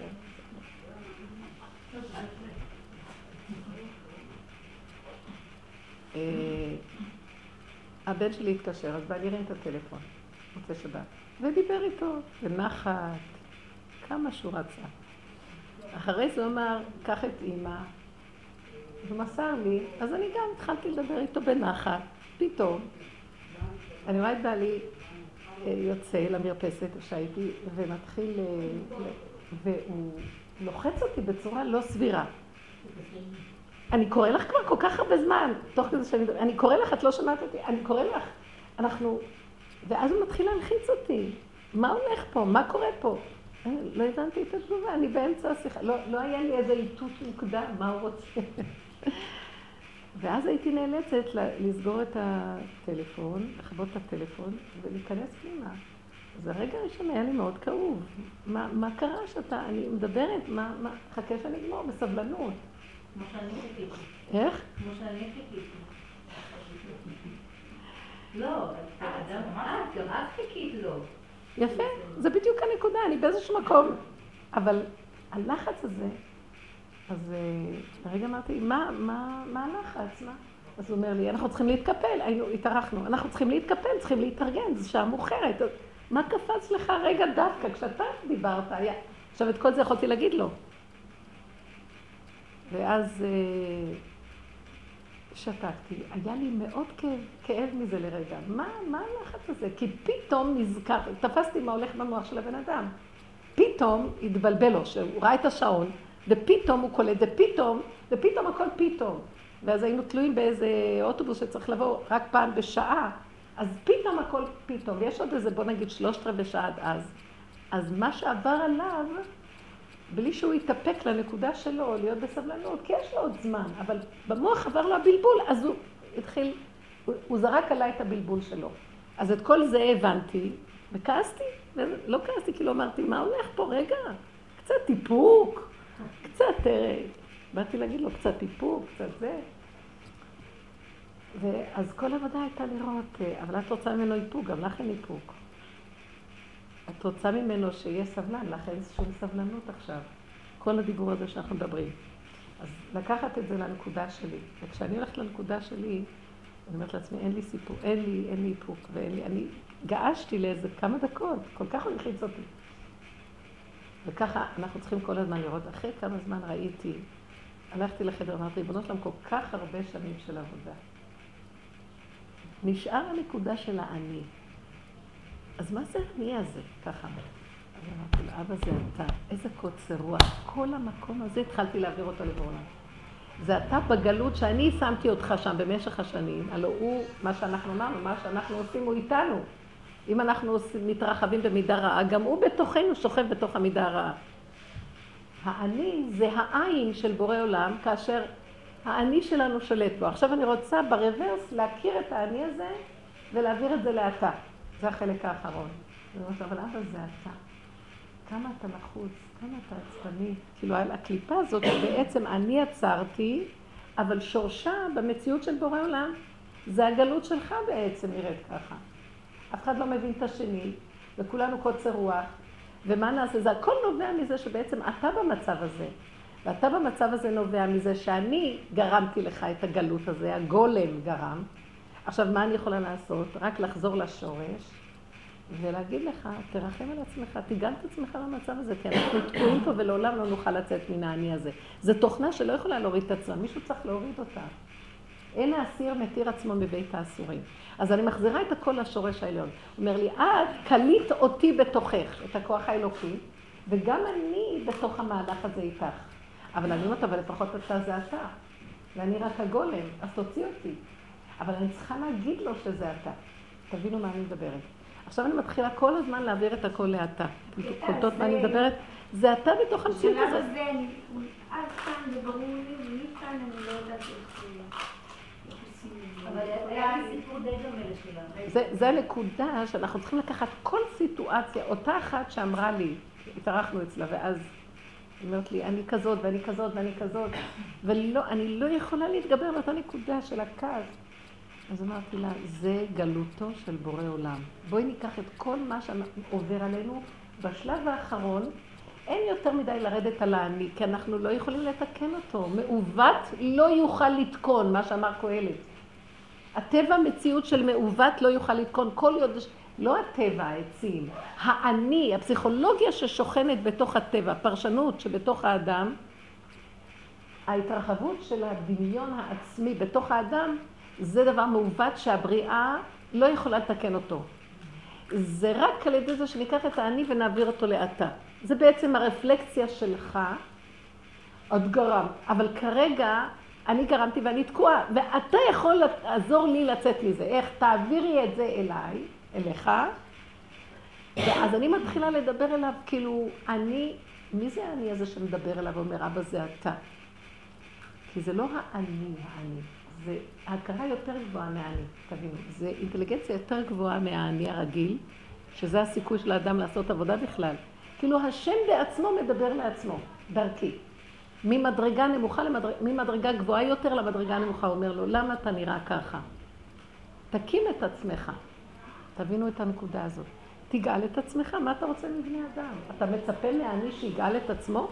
הבן שלי התקשר, אז בא להרים את הטלפון, מוצא שבת, ודיבר איתו, ונחת, כמה שהוא רצה. אחרי זה הוא אמר, קח את אמא, הוא מסר לי, אז אני גם התחלתי לדבר איתו בנחת, פתאום. אני רואה את בעלי יוצא למרפסת שהייתי, ומתחיל, והוא לוחץ אותי בצורה לא סבירה. אני קורא לך כבר כל כך הרבה זמן, תוך כזה אני קורא לך, את לא שמעת אותי, אני קורא לך, ואז הוא מתחיל להלחיץ אותי. מה הולך פה? מה קורה פה? לא הבנתי את התגובה, אני באמצע השיחה, לא היה לי איזה איתות מוקדם, מה הוא רוצה. ואז הייתי נאלצת לסגור את הטלפון, לחבות את הטלפון ולהיכנס פנימה. אז הרגע הראשון היה לי מאוד כאוב. מה קרה שאתה, אני מדברת, חכה שאני אגמור בסבלנות. כמו שאני חיכיתי. איך? כמו שאני חיכיתי. לא, גם את חיכית לו. יפה, זה בדיוק הנקודה, אני באיזשהו מקום. אבל הלחץ הזה, אז הרגע אמרתי, מה הלחץ? מה? אז הוא אומר לי, אנחנו צריכים להתקפל, התארחנו, אנחנו צריכים להתקפל, צריכים להתארגן, זו שעה מאוחרת. מה קפץ לך רגע דווקא? כשאתה דיברת, עכשיו את כל זה יכולתי להגיד לו. ואז שתקתי, היה לי מאוד כאב מזה לרגע. מה הלחץ הזה? כי פתאום נזכר, תפסתי מה הולך במוח של הבן אדם. פתאום התבלבל לו, שהוא ראה את השעון, ופתאום הוא קולט, ופתאום הכל פתאום. ואז היינו תלויים באיזה אוטובוס שצריך לבוא רק פעם בשעה, אז פתאום הכל פתאום. ויש עוד איזה, בוא נגיד, 3/4 שעה עד אז. אז מה שעבר עליו, בלי שהוא יתאפק לנקודה שלו, להיות בסבלנות, כי יש לו עוד זמן, אבל במוח עבר לו הבלבול, אז הוא התחיל, הוא זרק עליי את הבלבול שלו. אז את כל זה הבנתי, וכעסתי, לא כעסתי, כי לא אמרתי, מה הולך פה? רגע, קצת טיפוק, קצת, באתי להגיד לו, קצת טיפוק, קצת זה. ואז כל עבודה הייתה לראות, אבל את רוצה ממנו איפוק, גם לך אין איפוק. את רוצה ממנו שיהיה סבלן, לך אין שום סבלנות עכשיו. כל הדיבור הזה שאנחנו מדברים. אז לקחת את זה לנקודה שלי. וכשאני הולכת לנקודה שלי, אני אומרת לעצמי, אין לי סיפור, אין לי איפוק, אני געשתי לאיזה כמה דקות, כל כך הוא הלחיץ אותי. וככה אנחנו צריכים כל הזמן לראות. אחרי כמה זמן ראיתי, הלכתי לחדר, אמרתי, ריבונו שלם, כל כך הרבה שנים של עבודה. נשאר הנקודה של האני. אז מה זה אני הזה? ככה. אז אמרתי לו, אבא זה אתה, איזה קוצר רוח. כל המקום הזה התחלתי להעביר אותו לבורא. זה אתה בגלות שאני שמתי אותך שם במשך השנים. הלוא הוא, מה שאנחנו אמרנו, מה שאנחנו עושים הוא איתנו. אם אנחנו מתרחבים במידה רעה, גם הוא בתוכנו שוכב בתוך המידה הרעה. האני זה העין של בורא עולם, כאשר האני שלנו שולט בו. עכשיו אני רוצה ברוורס להכיר את האני הזה ולהעביר את זה לאתה. זה החלק האחרון. אני אומרת, אבל אבא זה אתה. כמה אתה לחוץ, כמה אתה עצבני. כאילו הקליפה הזאת בעצם אני עצרתי, אבל שורשה במציאות של בורא עולם, זה הגלות שלך בעצם נראית ככה. אף אחד לא מבין את השני, וכולנו קוצר רוח. ומה נעשה? זה הכל נובע מזה שבעצם אתה במצב הזה. ואתה במצב הזה נובע מזה שאני גרמתי לך את הגלות הזה, הגולם גרם. עכשיו, מה אני יכולה לעשות? רק לחזור לשורש ולהגיד לך, תרחם על עצמך, תיגל את עצמך במצב הזה, כי אנחנו תקועים פה ולעולם לא נוכל לצאת מן העני הזה. זו תוכנה שלא יכולה להוריד את עצמה, מישהו צריך להוריד אותה. אין האסיר מתיר עצמו מבית האסורים. אז אני מחזירה את הכל לשורש העליון. הוא אומר לי, את קלית אותי בתוכך, את הכוח האלוקי, וגם אני בתוך המהלך הזה איתך. אבל אני אומרת, אבל לפחות אתה זה אתה, ואני רק הגולם, אז תוציא אותי. אבל אני צריכה להגיד לו שזה אתה. תבינו מה אני מדברת. עכשיו אני מתחילה כל הזמן להעביר את הכל לאתה. קולטות מה אני מדברת? זה אתה בתוך המציאות בשלב הזאת. הזה, אז כאן זה ברור לי, ומכאן אני לא יודעת איך עושים את זה. אבל היה סיפור די דומה לשלה. זה הנקודה שאנחנו צריכים לקחת כל סיטואציה, אותה אחת שאמרה לי, התארחנו אצלה, ואז היא אומרת לי, אני כזאת ואני כזאת ואני כזאת, ואני לא יכולה להתגבר לאותה נקודה של הכעס. אז אמרתי לה, זה גלותו של בורא עולם. בואי ניקח את כל מה שעובר עלינו בשלב האחרון, אין יותר מדי לרדת על האני, כי אנחנו לא יכולים לתקן אותו. מעוות לא יוכל לתקון, מה שאמר קהלת. הטבע מציאות של מעוות לא יוכל לתקון. כל לא הטבע, העצים, האני, הפסיכולוגיה ששוכנת בתוך הטבע, הפרשנות שבתוך האדם, ההתרחבות של הדמיון העצמי בתוך האדם, זה דבר מעוות שהבריאה לא יכולה לתקן אותו. זה רק על ידי זה שניקח את האני ונעביר אותו לאתה. זה בעצם הרפלקציה שלך, עוד גרם. אבל כרגע אני גרמתי ואני תקועה, ואתה יכול לעזור לי לצאת מזה. איך? תעבירי את זה אליי, אליך, ואז אני מתחילה לדבר אליו, כאילו, מי זה האני הזה שמדבר אליו ואומר, אבא זה אתה? כי זה לא האני. זה הכרה יותר גבוהה מהאני, תבינו. זה אינטליגנציה יותר גבוהה מהאני הרגיל, שזה הסיכוי של האדם לעשות עבודה בכלל. כאילו השם בעצמו מדבר לעצמו, דרכי. ממדרגה גבוהה יותר למדרגה נמוכה, הוא אומר לו, למה אתה נראה ככה? תקים את עצמך. תבינו את הנקודה הזאת. תגאל את עצמך, מה אתה רוצה מבני אדם? אתה מצפה מהאני שיגאל את עצמו?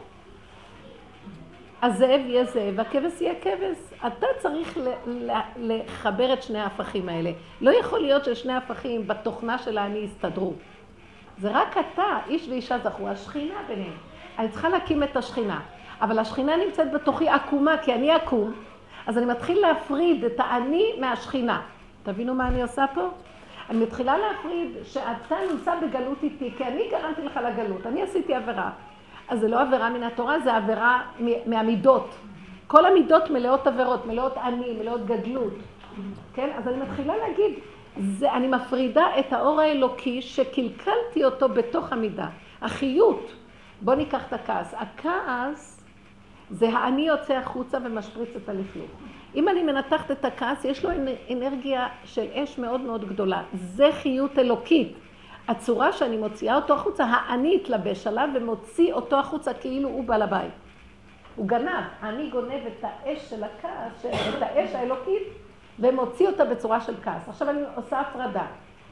הזאב יהיה זאב, והכבש יהיה כבש. אתה צריך לחבר את שני ההפכים האלה. לא יכול להיות ששני ההפכים בתוכנה של האני יסתדרו. זה רק אתה, איש ואישה זכו, השכינה ביניהם. אני צריכה להקים את השכינה. אבל השכינה נמצאת בתוכי עקומה, כי אני עקום. אז אני מתחיל להפריד את האני מהשכינה. תבינו מה אני עושה פה? אני מתחילה להפריד שאתה נמצא בגלות איתי, כי אני גרמתי לך לגלות, אני עשיתי עבירה. אז זה לא עבירה מן התורה, זה עבירה מהמידות. כל המידות מלאות עבירות, מלאות אני, מלאות גדלות. כן? אז אני מתחילה להגיד, אני מפרידה את האור האלוקי שקלקלתי אותו בתוך המידה. החיות, בוא ניקח את הכעס. הכעס זה האני יוצא החוצה ומשפריץ את הלכלוך. אם אני מנתחת את הכעס, יש לו אנרגיה של אש מאוד מאוד גדולה. זה חיות אלוקית. הצורה שאני מוציאה אותו החוצה, האני התלבש עליו ומוציא אותו החוצה כאילו הוא בעל הבית. הוא גנב, אני גונב את האש של הכעס, את האש האלוקית, ומוציא אותה בצורה של כעס. עכשיו אני עושה הפרדה.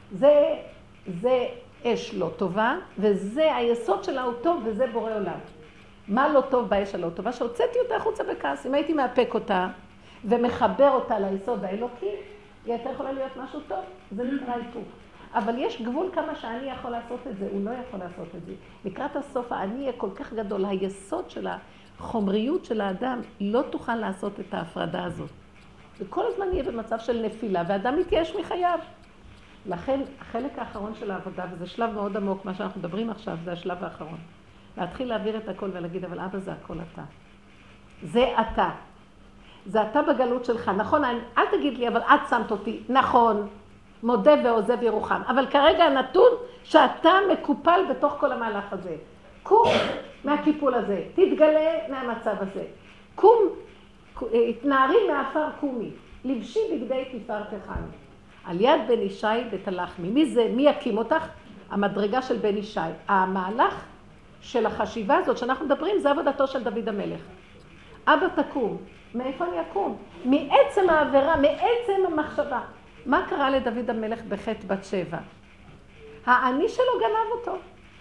זה אש לא טובה, וזה היסוד שלה הוא טוב, וזה בורא עולם. מה לא טוב באש הלא טובה? שהוצאתי אותה החוצה בכעס. אם הייתי מאפק אותה ומחבר אותה ליסוד האלוקי, היא הייתה יכולה להיות משהו טוב. זה נקרא איפוק. אבל יש גבול כמה שאני יכול לעשות את זה, הוא לא יכול לעשות את זה. לקראת הסוף, האני יהיה כל כך גדול, היסוד של החומריות של האדם לא תוכל לעשות את ההפרדה הזאת. וכל הזמן יהיה במצב של נפילה, והאדם מתייאש מחייו. לכן, החלק האחרון של העבודה, וזה שלב מאוד עמוק, מה שאנחנו מדברים עכשיו, זה השלב האחרון. להתחיל להעביר את הכל ולהגיד, אבל אבא זה הכל אתה. זה אתה. זה אתה בגלות שלך. נכון, אל תגיד לי, אבל את שמת אותי. נכון. מודה ועוזב ירוחם. אבל כרגע הנתון שאתה מקופל בתוך כל המהלך הזה. קום מהקיפול הזה. תתגלה מהמצב הזה. קום, תנערי מהאפר קומי. לבשי בגדי תפארתך. על יד בן ישי ותלחמי. מי זה? מי יקים אותך? המדרגה של בן ישי. המהלך של החשיבה הזאת שאנחנו מדברים, זה עבודתו של דוד המלך. אבא תקום. מאיפה אני אקום? מעצם העבירה, מעצם המחשבה. מה קרה לדוד המלך בחטא בת שבע? האני שלו גנב אותו.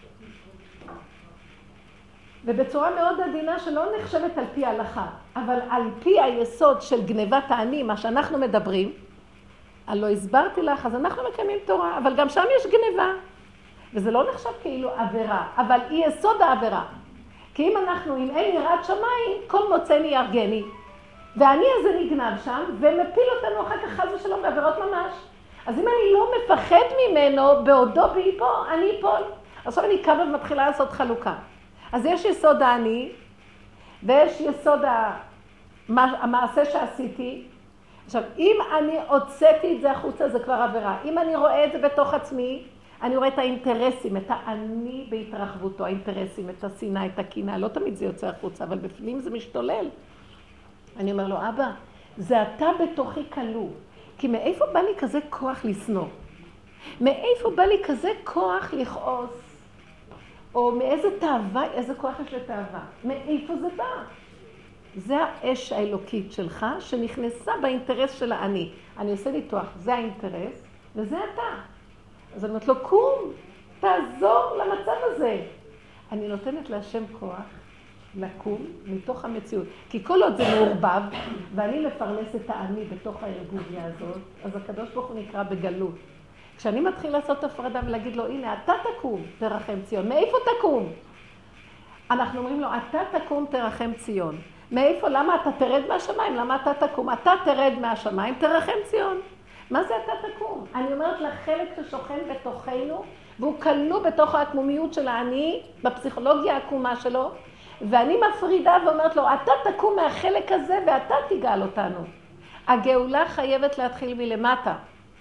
ובצורה מאוד עדינה שלא נחשבת על פי ההלכה, אבל על פי היסוד של גנבת האני, מה שאנחנו מדברים, הלא הסברתי לך, אז אנחנו מקיימים תורה, אבל גם שם יש גנבה. וזה לא נחשב כאילו עבירה, אבל היא יסוד העבירה. כי אם אין יראת שמיים, כל מוצאני ירגני. והאני הזה נגנב שם, ומפיל אותנו אחר כך חס ושלום בעבירות ממש. אז אם אני לא מפחד ממנו, בעודו באיפו, אני אפול. עכשיו אני קמה ומתחילה לעשות חלוקה. אז יש יסוד האני, ויש יסוד המעשה שעשיתי. עכשיו, אם אני הוצאתי את זה החוצה, זה כבר עבירה. אם אני רואה את זה בתוך עצמי, אני רואה את האינטרסים, את האני בהתרחבותו, האינטרסים, את השנאה, את הקנאה, לא תמיד זה יוצא החוצה, אבל בפנים זה משתולל. אני אומר לו, אבא, זה אתה בתוכי כלוא, כי מאיפה בא לי כזה כוח לשנוא? מאיפה בא לי כזה כוח לכעוס? או מאיזה תאווה, איזה כוח יש לתאווה? מאיפה זה בא? זה האש האלוקית שלך שנכנסה באינטרס של האני. אני עושה ניתוח, זה האינטרס וזה אתה. אז אני אומרת לו, קום, תעזור למצב הזה. אני נותנת להשם כוח לקום מתוך המציאות. כי כל עוד זה מעורבב, ואני מפרנס את האני בתוך הארגוביה הזאת, אז הקדוש ברוך הוא נקרא בגלות. כשאני מתחיל לעשות הפרדה ולהגיד לו, הנה, אתה תקום, תרחם ציון. מאיפה תקום? אנחנו אומרים לו, אתה תקום, תרחם ציון. מאיפה? למה אתה תרד מהשמיים? למה אתה תקום? אתה תרד מהשמיים, תרחם ציון. מה זה אתה תקום? אני אומרת לחלק ששוכן בתוכנו, והוא כלוא בתוך העקמומיות של האני, בפסיכולוגיה העקומה שלו, ואני מפרידה ואומרת לו, אתה תקום מהחלק הזה ואתה תגאל אותנו. הגאולה חייבת להתחיל מלמטה.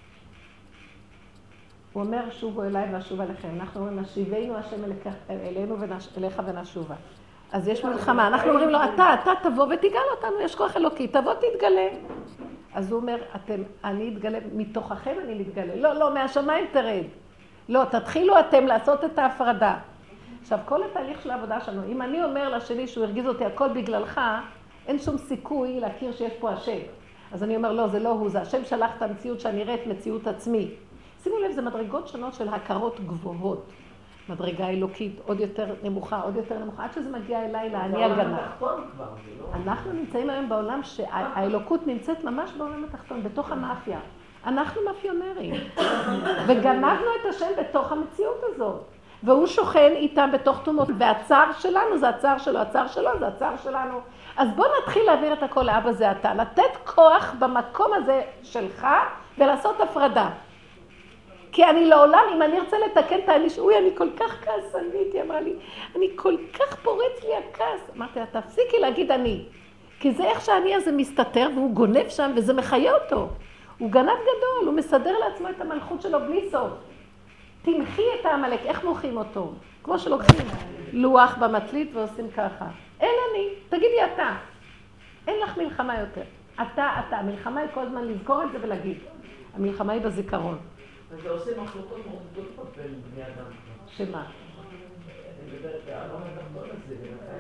הוא אומר, שובו אליי ואשובה לכם. אנחנו אומרים, נשיבנו השם אלינו ואליך ונשובה. אז יש מלחמה. אנחנו אומרים לו, אתה תבוא ותגאל אותנו, יש כוח אלוקי, תבוא תתגלה. אז הוא אומר, אני אתגלה, מתוככם אני מתגלה. לא, מהשמיים תרד. לא, תתחילו אתם לעשות את ההפרדה. עכשיו, כל התהליך של העבודה שלנו, אם אני אומר לשני שהוא הרגיז אותי הכל בגללך, אין שום סיכוי להכיר שיש פה השם. אז אני אומר, לא, זה לא הוא, זה השם שלח את המציאות שאני אראה את מציאות עצמי. שימו לב, זה מדרגות שונות של הכרות גבוהות. מדרגה אלוקית, עוד יותר נמוכה, עד שזה מגיע אליי לעני הגנה. אנחנו נמצאים היום בעולם שהאלוקות נמצאת ממש בעולם התחתון, בתוך המאפיה. אנחנו מאפיונרים. וגנבנו את השם בתוך המציאות הזאת. והוא שוכן איתם בתוך תומות, והצער שלנו זה הצער שלו, הצער שלו זה הצער שלנו. אז בוא נתחיל להעביר את הכל לאבא זה אתה, לתת כוח במקום הזה שלך ולעשות הפרדה. כי אני לעולם, אם אני ארצה לתקן את האני, אוי, אני כל כך כעסנית, היא אמרה לי, אני כל כך פורץ לי הכעס. אמרתי, תפסיקי להגיד אני. כי זה איך שהאני הזה מסתתר, והוא גונב שם, וזה מחיה אותו. הוא גנב גדול, הוא מסדר לעצמו את המלכות שלו בלי סוף. תמחי את העמלק, איך מוחים אותו? כמו שלוקחים לוח במטלית ועושים ככה. אין אני, תגידי אתה. אין לך מלחמה יותר. אתה. המלחמה היא כל הזמן לזכור את זה ולהגיד. המלחמה היא בזיכרון. וזה עושה מחלוקות מאוד גדולות בין בני אדם. שמה? אני מדברת על המחלוקות הזה,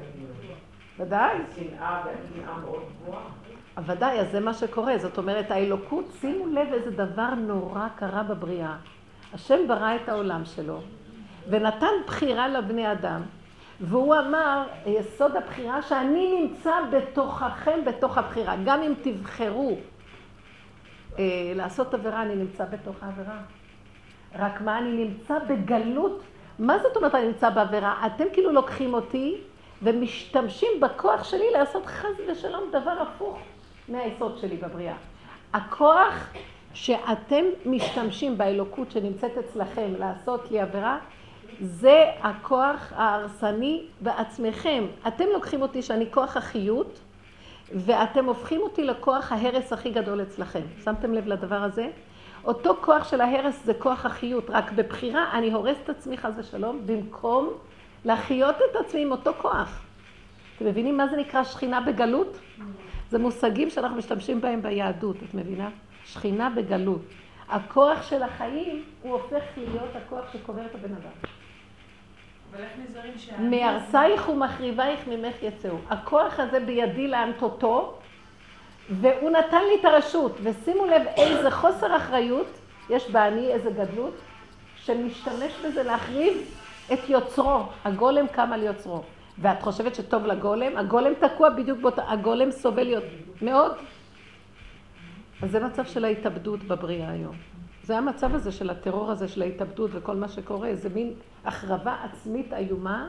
ודאי. שנאה והקנאה מאוד גבוהה. ודאי, אז זה מה שקורה. זאת אומרת, האלוקות, שימו לב איזה דבר נורא קרה בבריאה. השם ברא את העולם שלו, ונתן בחירה לבני אדם, והוא אמר, יסוד הבחירה, שאני נמצא בתוככם, בתוך הבחירה. גם אם תבחרו לעשות עבירה, אני נמצא בתוך העבירה. רק מה, אני נמצא בגלות. מה זאת אומרת אני נמצא בעבירה? אתם כאילו לוקחים אותי ומשתמשים בכוח שלי לעשות חס ושלום דבר הפוך מהיסוד שלי בבריאה. הכוח שאתם משתמשים באלוקות שנמצאת אצלכם לעשות לי עבירה, זה הכוח ההרסני בעצמכם. אתם לוקחים אותי שאני כוח החיות, ואתם הופכים אותי לכוח ההרס הכי גדול אצלכם. שמתם לב לדבר הזה? אותו כוח של ההרס זה כוח החיות, רק בבחירה אני הורס את עצמי חס ושלום, במקום להחיות את עצמי עם אותו כוח. אתם מבינים מה זה נקרא שכינה בגלות? זה מושגים שאנחנו משתמשים בהם ביהדות, את מבינה? שכינה בגלות. הכוח של החיים הוא הופך להיות הכוח שקובר את הבן אדם. אבל איך נזהרים מארצייך ומחריבייך ממך יצאו. הכוח הזה בידי להנטוטו, והוא נתן לי את הרשות. ושימו לב איזה חוסר אחריות יש באני, איזה גדלות, שמשתמש בזה להחריב את יוצרו. הגולם קם על יוצרו. ואת חושבת שטוב לגולם? הגולם תקוע בדיוק באותה, הגולם סובל מאוד. אז זה מצב של ההתאבדות בבריאה היום. זה המצב הזה של הטרור הזה של ההתאבדות וכל מה שקורה. זה מין החרבה עצמית איומה,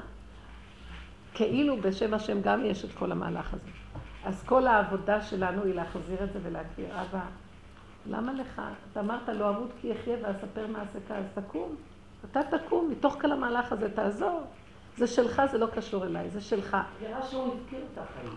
כאילו בשם השם גם יש את כל המהלך הזה. אז כל העבודה שלנו היא להחזיר את זה ולהכיר. אבא, למה לך? אתה אמרת לא אמות כי יחיה ואספר מעשך, אז תקום. אתה תקום, מתוך כל המהלך הזה תעזור. זה שלך, זה לא קשור אליי, זה שלך. נראה שהוא הפקיר את החיים.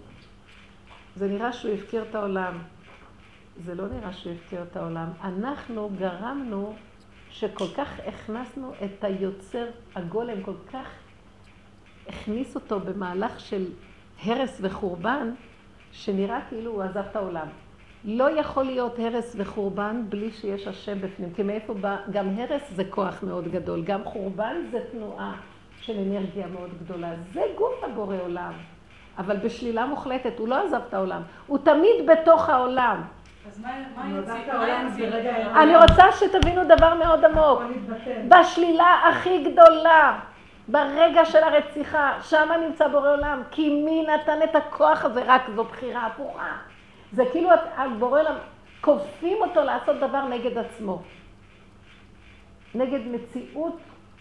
זה נראה שהוא הפקיר את העולם. זה לא נראה שהוא הפקיר את העולם. אנחנו גרמנו שכל כך הכנסנו את היוצר הגולם, כל כך הכניס אותו במהלך של הרס וחורבן, שנראה כאילו הוא עזב את העולם. לא יכול להיות הרס וחורבן בלי שיש השם בפנים, כי מאיפה בא? גם הרס זה כוח מאוד גדול, גם חורבן זה תנועה של אנרגיה מאוד גדולה. זה גוף הבורא עולם, אבל בשלילה מוחלטת, הוא לא עזב את העולם, הוא תמיד בתוך העולם. אז מה יציל? אני רוצה שתבינו דבר מאוד עמוק. בשלילה הכי גדולה, ברגע של הרציחה, שם נמצא בורא עולם. כי מי נתן את הכוח הזה? רק זו בחירה הפוכה. זה כאילו בורא עולם, כופים אותו לעשות דבר נגד עצמו. נגד מציאות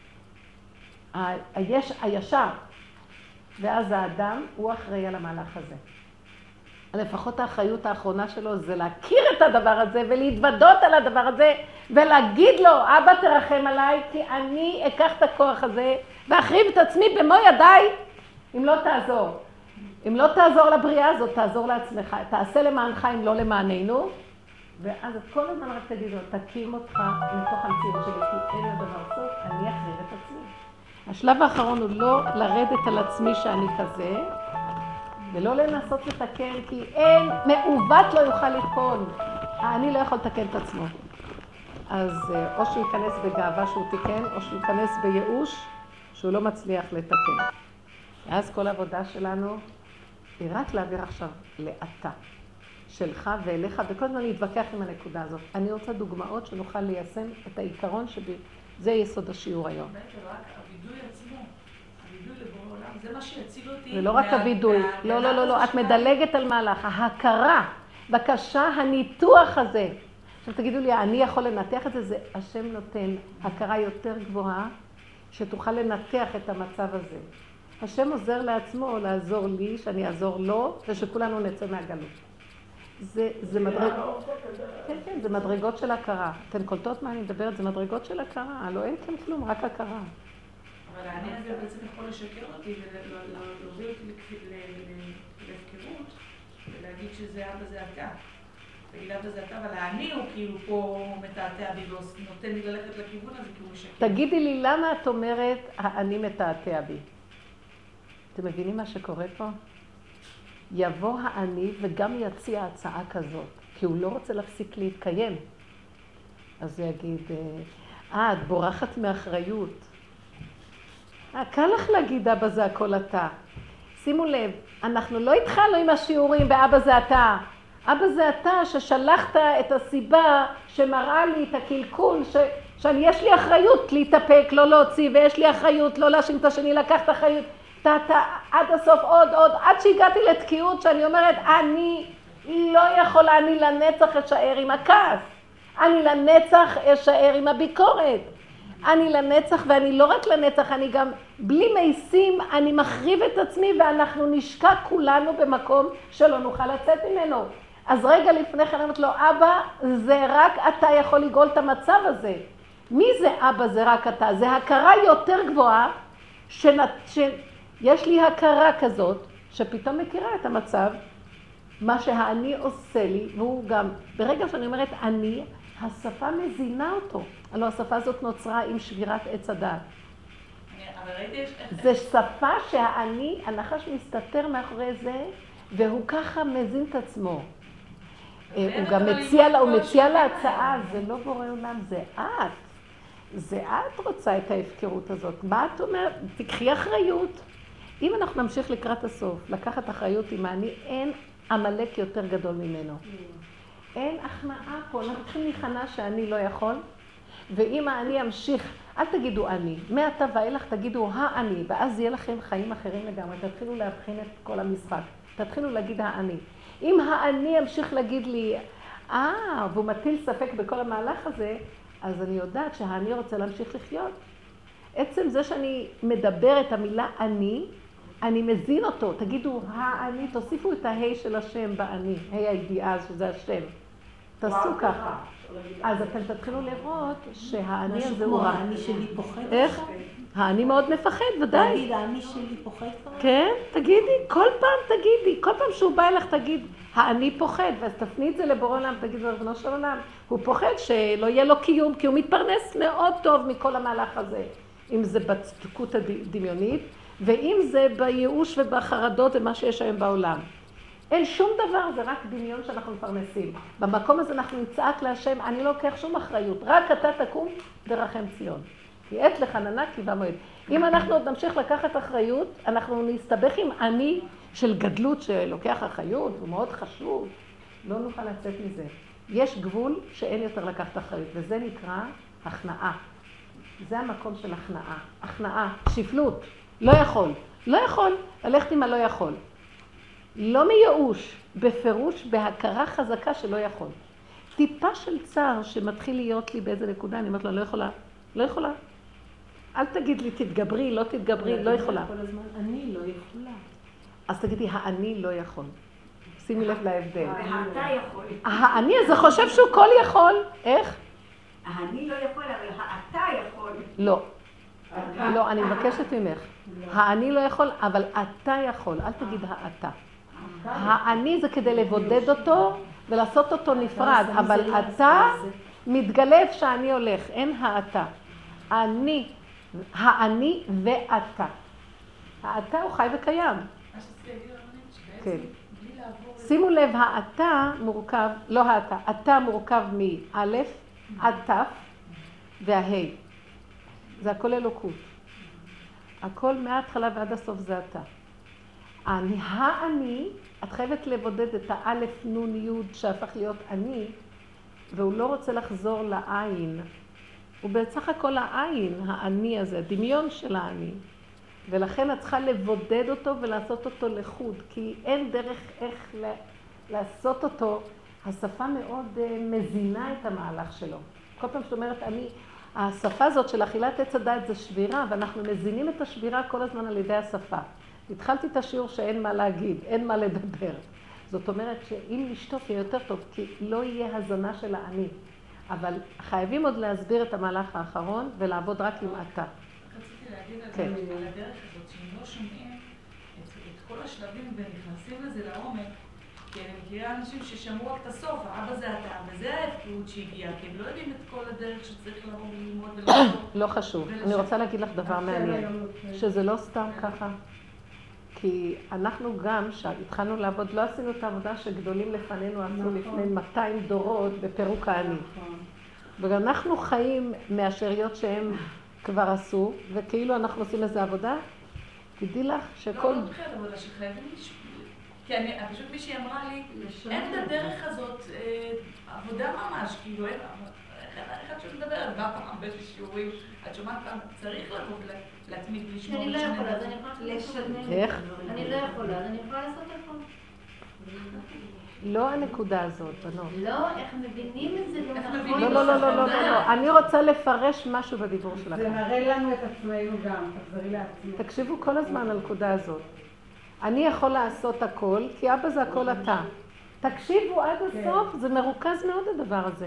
הישר. ואז האדם הוא אחראי על המהלך הזה. לפחות האחריות האחרונה שלו זה להכיר את הדבר הזה ולהתוודות על הדבר הזה ולהגיד לו, אבא תרחם עליי כי אני אקח את הכוח הזה ואחריב את עצמי במו ידיי אם לא תעזור. אם לא תעזור לבריאה הזאת, תעזור לעצמך. תעשה למענך אם לא למעננו. ואז כל הזמן רק תגיד לו, תקים אותך מתוך המציאות שלי כי אין לדבר סוף, אני אחריב את עצמי. השלב האחרון הוא לא לרדת על עצמי שאני כזה, ולא לנסות לתקן, כי אין מעוות לא יוכל לתקון. אני לא יכול לתקן את עצמו. אז או שהוא ייכנס בגאווה שהוא תיקן, או שהוא ייכנס בייאוש שהוא לא מצליח לתקן. ואז כל העבודה שלנו היא רק להעביר עכשיו לאתה שלך ואליך, וכל הזמן להתווכח עם הנקודה הזאת. אני רוצה דוגמאות שנוכל ליישם את העיקרון זה יסוד השיעור היום. רק הווידוי עצמו, הווידוי לבורא עולם, זה מה שיציל אותי. ולא רק הווידוי, לא, את מדלגת על מהלך, ההכרה, בקשה, הניתוח הזה. עכשיו תגידו לי, אני יכול לנתח את זה, זה השם נותן הכרה יותר גבוהה, שתוכל לנתח את המצב הזה. השם עוזר לעצמו לעזור לי, שאני אעזור לו, ושכולנו נצא מהגלות. זה מדרגות, כן, זה מדרגות של הכרה. אתן קולטות מה אני מדברת? זה מדרגות של הכרה. לא אין כאן כלום, רק הכרה. אבל אני הזה בעצם יכול לשקר אותי ולהוביל אותי להפקרות ולהגיד שזה אבא זה אתה. להגיד אבא זה אתה, אבל אני הוא כאילו פה מתעתע בי ונותן לי ללכת לכיוון הזה כי הוא משקר. תגידי לי, למה את אומרת אני מתעתע בי? אתם מבינים מה שקורה פה? יבוא האני וגם יציע הצעה כזאת, כי הוא לא רוצה להפסיק להתקיים. אז הוא יגיד, את בורחת מאחריות. קל לך להגיד, אבא זה הכל אתה. שימו לב, אנחנו לא התחלנו עם השיעורים באבא זה אתה. אבא זה אתה ששלחת את הסיבה שמראה לי את הקלקול, שיש לי אחריות להתאפק, לא להוציא, ויש לי אחריות לא להאשים את השני, לקחת אחריות. עד הסוף עוד, עד שהגעתי לתקיעות שאני אומרת, אני לא יכולה, אני לנצח אשאר עם הכעס. אני לנצח אשאר עם הביקורת. אני לנצח, ואני לא רק לנצח, אני גם בלי מייסים, אני מחריב את עצמי ואנחנו נשקע כולנו במקום שלא נוכל לצאת ממנו. אז רגע לפני כן אמרת לו, אבא, זה רק אתה יכול לגאול את המצב הזה. מי זה אבא, זה רק אתה? זה הכרה יותר גבוהה יש לי הכרה כזאת, שפתאום מכירה את המצב, מה שהאני עושה לי, והוא גם, ברגע שאני אומרת אני, השפה מזינה אותו. הלוא השפה הזאת נוצרה עם שבירת עץ הדעת. זה שפה שהאני, הנחש מסתתר מאחורי זה, והוא ככה מזין את עצמו. הוא גם מציע לה הצעה, זה לא בורא עולם, זה את. זה את רוצה את ההפקרות הזאת. מה את אומרת? תקחי אחריות. אם אנחנו נמשיך לקראת הסוף, לקחת אחריות עם האני, אין עמלק יותר גדול ממנו. אין הכנעה פה, אנחנו צריכים להיכנע שאני לא יכול, ואם האני ימשיך, אל תגידו אני, מעתה ואילך תגידו האני, ואז יהיה לכם חיים אחרים לגמרי, תתחילו להבחין את כל המשחק, תתחילו להגיד האני. אם האני ימשיך להגיד לי, והוא מטיל ספק בכל המהלך הזה, אז אני יודעת שהאני רוצה להמשיך לחיות. עצם זה שאני מדבר את המילה אני מזין אותו. תגידו, האני, תוסיפו את ההי של השם באני, ההי הידיעה שזה השם. תעשו ככה. אז אתם תתחילו לראות שהאני הזה הוא רע. האני שלי פוחד. איך? האני מאוד מפחד, ודאי. תגיד, האני שלי פוחד כבר? כן, תגידי, כל פעם שהוא בא אליך תגיד, האני פוחד, ואז תפני את זה לבורא עולם, תגיד לרבנו של עולם, הוא פוחד שלא יהיה לו קיום, כי הוא מתפרנס מאוד טוב מכל המהלך הזה, אם זה בצדקות הדמיונית, ואם זה בייאוש ובחרדות ומה שיש היום בעולם. אין שום דבר, זה רק דמיון שאנחנו מפרנסים. במקום הזה אנחנו נצעק להשם, אני לא לוקח שום אחריות, רק אתה תקום דרחם ציון. כי עת לחננה כי במועד. אם אנחנו עוד נמשיך לקחת אחריות, אנחנו נסתבך עם אני של גדלות שלוקח אחריות, הוא מאוד חשוב, לא נוכל לצאת מזה. יש גבול שאין יותר לקחת אחריות, וזה נקרא הכנעה. זה המקום של הכנעה. הכנעה, שפלות, לא יכול, ללכת עם הלא יכול. לא מייאוש, בפירוש, בהכרה חזקה שלא יכול. טיפה של צער שמתחיל להיות לי באיזה נקודה, אני אומרת לה, לא יכולה. אל תגיד לי, תתגברי, לא תתגברי, לא יכולה. כל הזמן, אני לא יכולה. אז תגידי, האני לא יכול. שימי לב להבדל. ואתה יכול. האני הזה חושב שהוא כל יכול. איך? אני לא יכול, אבל אתה יכול. לא, אני מבקשת ממך. האני לא יכול, אבל אתה יכול. אל תגיד האתה. האני זה כדי לבודד אותו ולעשות אותו נפרד, אבל אתה מתגלה איפה שאני הולך, אין האתה. האני ואתה. האתה הוא חי וקיים. כן. שימו לב, האתה מורכב, לא האתה, אתה מורכב מאלף עד תף וההי. זה הכל אלוקות. הכל מההתחלה ועד הסוף זה אתה. האני, את חייבת לבודד את האלף נון יוד שהפך להיות אני, והוא לא רוצה לחזור לעין. הוא בסך הכל העין, האני הזה, הדמיון של האני. ולכן את צריכה לבודד אותו ולעשות אותו לחוד, כי אין דרך איך לעשות אותו. השפה מאוד מזינה את המהלך שלו. כל פעם שאת אומרת, השפה הזאת של אכילת עץ הדעת זה שבירה, ואנחנו מזינים את השבירה כל הזמן על ידי השפה. התחלתי את השיעור שאין מה להגיד, אין מה לדבר. זאת אומרת שאם לשתות יהיה יותר טוב, כי לא יהיה הזנה של האני. אבל חייבים עוד להסביר את המהלך האחרון ולעבוד רק עם אתה. רציתי להגיד על הדרך הזאת, שאם לא שומעים את כל השלבים ונכנסים לזה לעומק, כי אני מכירה אנשים ששמעו רק את הסוף, האבא זה אתה, וזה ההפקרות שהגיעה, כי הם לא יודעים את כל הדרך שצריך לבוא וללמוד וללמוד. לא חשוב. אני רוצה להגיד לך דבר מעניין, שזה לא סתם ככה. כי אנחנו גם, כשהתחלנו לעבוד, לא עשינו את העבודה שגדולים לפנינו עשו לפני 200 דורות בפירוק האני. ואנחנו חיים מהשאריות שהם כבר עשו, וכאילו אנחנו עושים איזו עבודה, תדעי לך שכל... לא תחילת עבודה שחייבים לשמוע. כי פשוט מישהי אמרה לי, אין את הדרך הזאת עבודה ממש, כאילו אין... איך את שאת מדברת? בא פעם בשיעורים, את שומעת פעם, צריך לבוא ולהתמיד לשמור. אני לא יכולה, אז אני יכולה לשנן. איך? אני לא יכולה, אז אני יכולה לעשות הכל. לא הנקודה הזאת, בנות. לא, איך מבינים את זה לא נכון. לא. אני רוצה לפרש משהו בדיבור זה שלכם. מראה לנו את עצמנו גם, תחזרי לעצמי. תקשיבו כל הזמן על הנקודה הזאת. אני יכול לעשות הכל, כי אבא זה הכל אתה. תקשיבו עד הסוף, זה מרוכז מאוד הדבר הזה.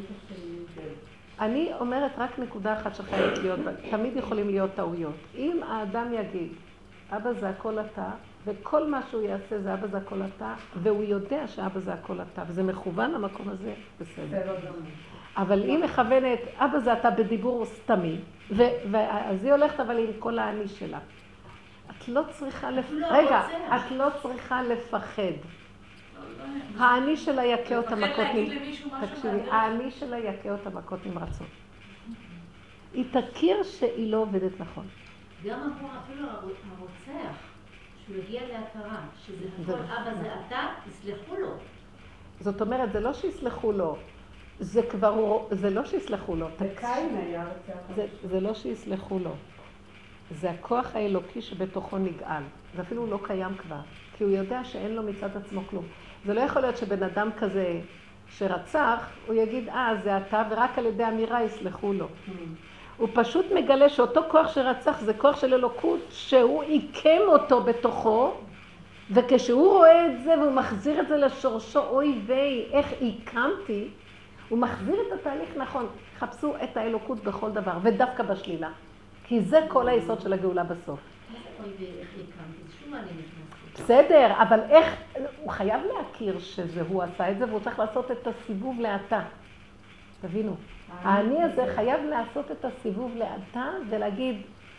אני אומרת רק נקודה אחת שחייבת להיות, תמיד יכולים להיות טעויות. אם האדם יגיד, אבא זה הכל אתה, וכל מה שהוא יעשה זה אבא זה הכל אתה, והוא יודע שאבא זה הכל אתה, וזה מכוון למקום הזה, בסדר. אבל היא מכוונת, אבא זה אתה בדיבור סתמי, אז היא הולכת אבל עם כל האני שלה. את לא צריכה רגע, את לא צריכה לפחד. האני שלה יקה אותה מכות תקשיבי, האני שלה יקה אותה מכות נמרצות. היא תכיר שהיא לא עובדת נכון. גם אפילו הרוצח, שהוא יגיע להכרה, שזה הכל אבא זה אתה, תסלחו לו. זאת אומרת, זה לא שיסלחו לו, זה כבר, זה לא שיסלחו לו. בקין היה רוצח. זה לא שיסלחו לו. זה הכוח האלוקי שבתוכו נגאל. זה אפילו לא קיים כבר, כי הוא יודע שאין לו מצד עצמו כלום. זה לא יכול להיות שבן אדם כזה שרצח, הוא יגיד, זה אתה, ורק על ידי אמירה יסלחו לו. הוא פשוט מגלה שאותו כוח שרצח זה כוח של אלוקות, שהוא עיקם אותו בתוכו, וכשהוא רואה את זה והוא מחזיר את זה לשורשו, אוי ויי, איך עיקמתי, הוא מחזיר את התהליך נכון. חפשו את האלוקות בכל דבר, ודווקא בשלילה. כי זה כל היסוד של הגאולה בסוף. מה זה אוי ואיך יקמתי? שום מה אני נכנסתי. בסדר, אבל איך, הוא חייב להכיר שזה הוא עשה את זה, והוא צריך לעשות את הסיבוב לאטה. תבינו, האני הזה חייב לעשות את הסיבוב לאטה ולהגיד,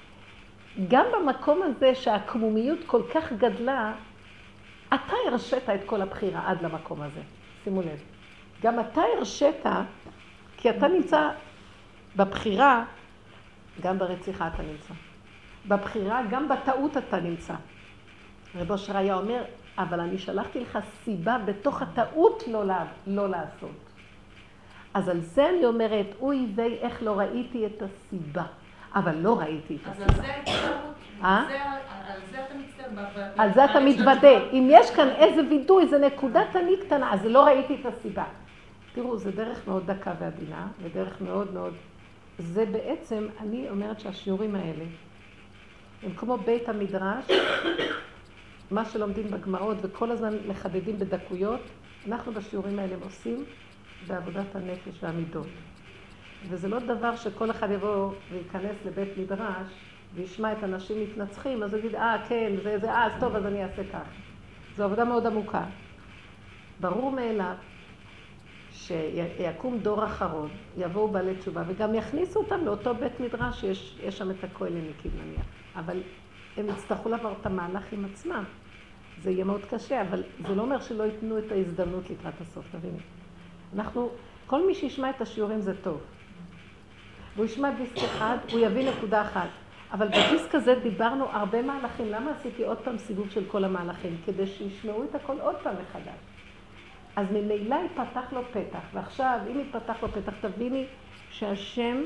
גם במקום הזה שהקמומיות כל כך גדלה, אתה הרשית את כל הבחירה עד למקום הזה. שימו לב. גם אתה הרשית, כי אתה נמצא בבחירה, גם ברציחה אתה נמצא. בבחירה, גם בטעות אתה נמצא. רב אושר היה אומר, אבל אני שלחתי לך סיבה בתוך הטעות לא לעשות. אז על זה אני אומרת, אוי ויי, איך לא ראיתי את הסיבה. אבל לא ראיתי את הסיבה. אז על זה ההתקרבות, על זה אתה מצטער. על זה אתה מתוודה. אם יש כאן איזה וידוי, איזה נקודת אני קטנה, אז לא ראיתי את הסיבה. תראו, זה דרך מאוד דקה ועדינה, ודרך מאוד מאוד... זה בעצם, אני אומרת שהשיעורים האלה, הם כמו בית המדרש, מה שלומדים בגמרות וכל הזמן מחדדים בדקויות, אנחנו בשיעורים האלה עושים בעבודת הנפש והמידות. וזה לא דבר שכל אחד יבוא וייכנס לבית מדרש וישמע את אנשים מתנצחים, אז הוא יגיד, כן, אז טוב, אז אני אעשה כך. זו עבודה מאוד עמוקה. ברור מאליו שיקום דור אחרון, יבואו בעלי תשובה, וגם יכניסו אותם לאותו בית מדרש שיש שם את הכהלניקים נניח. אבל הם יצטרכו לעבור את המהלך עם עצמם. זה יהיה מאוד קשה, אבל זה לא אומר שלא ייתנו את ההזדמנות לקראת הסוף, תביני. כל מי שישמע את השיעורים זה טוב. והוא ישמע דיסק אחד, הוא יביא נקודה אחת. אבל בדיסק הזה דיברנו הרבה מהלכים. למה עשיתי עוד פעם סיבוב של כל המהלכים? כדי שישמעו את הכל עוד פעם מחדש. אז ממילא יפתח לו פתח. ועכשיו, אם יפתח לו פתח, תביני שהשם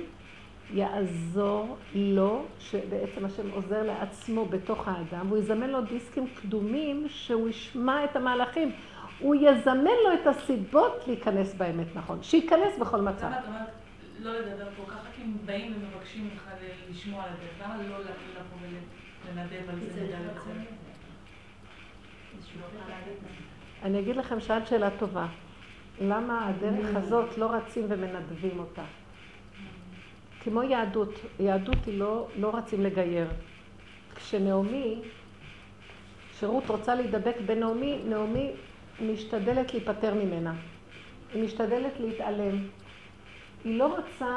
יעזור לו, שבעצם השם עוזר לעצמו בתוך האדם, והוא יזמן לו דיסקים קדומים שהוא ישמע את המהלכים. הוא יזמן לו את הסיבות להיכנס באמת נכון. שייכנס בכל מצב. למה את אומרת לא לדבר פה ככה? כי הם באים ומבקשים לך לשמוע על הדרך. למה לא לבוא ולנדב על זה מידה לצל? אני אגיד לכם שאלת שאלה טובה. למה הדרך הזאת לא רצים ומנדבים אותה? כמו יהדות. יהדות היא לא רצים לגייר. כשנעמי, שרות רוצה להידבק בנעמי, נעמי משתדלת להיפטר ממנה. היא משתדלת להתעלם. היא לא רוצה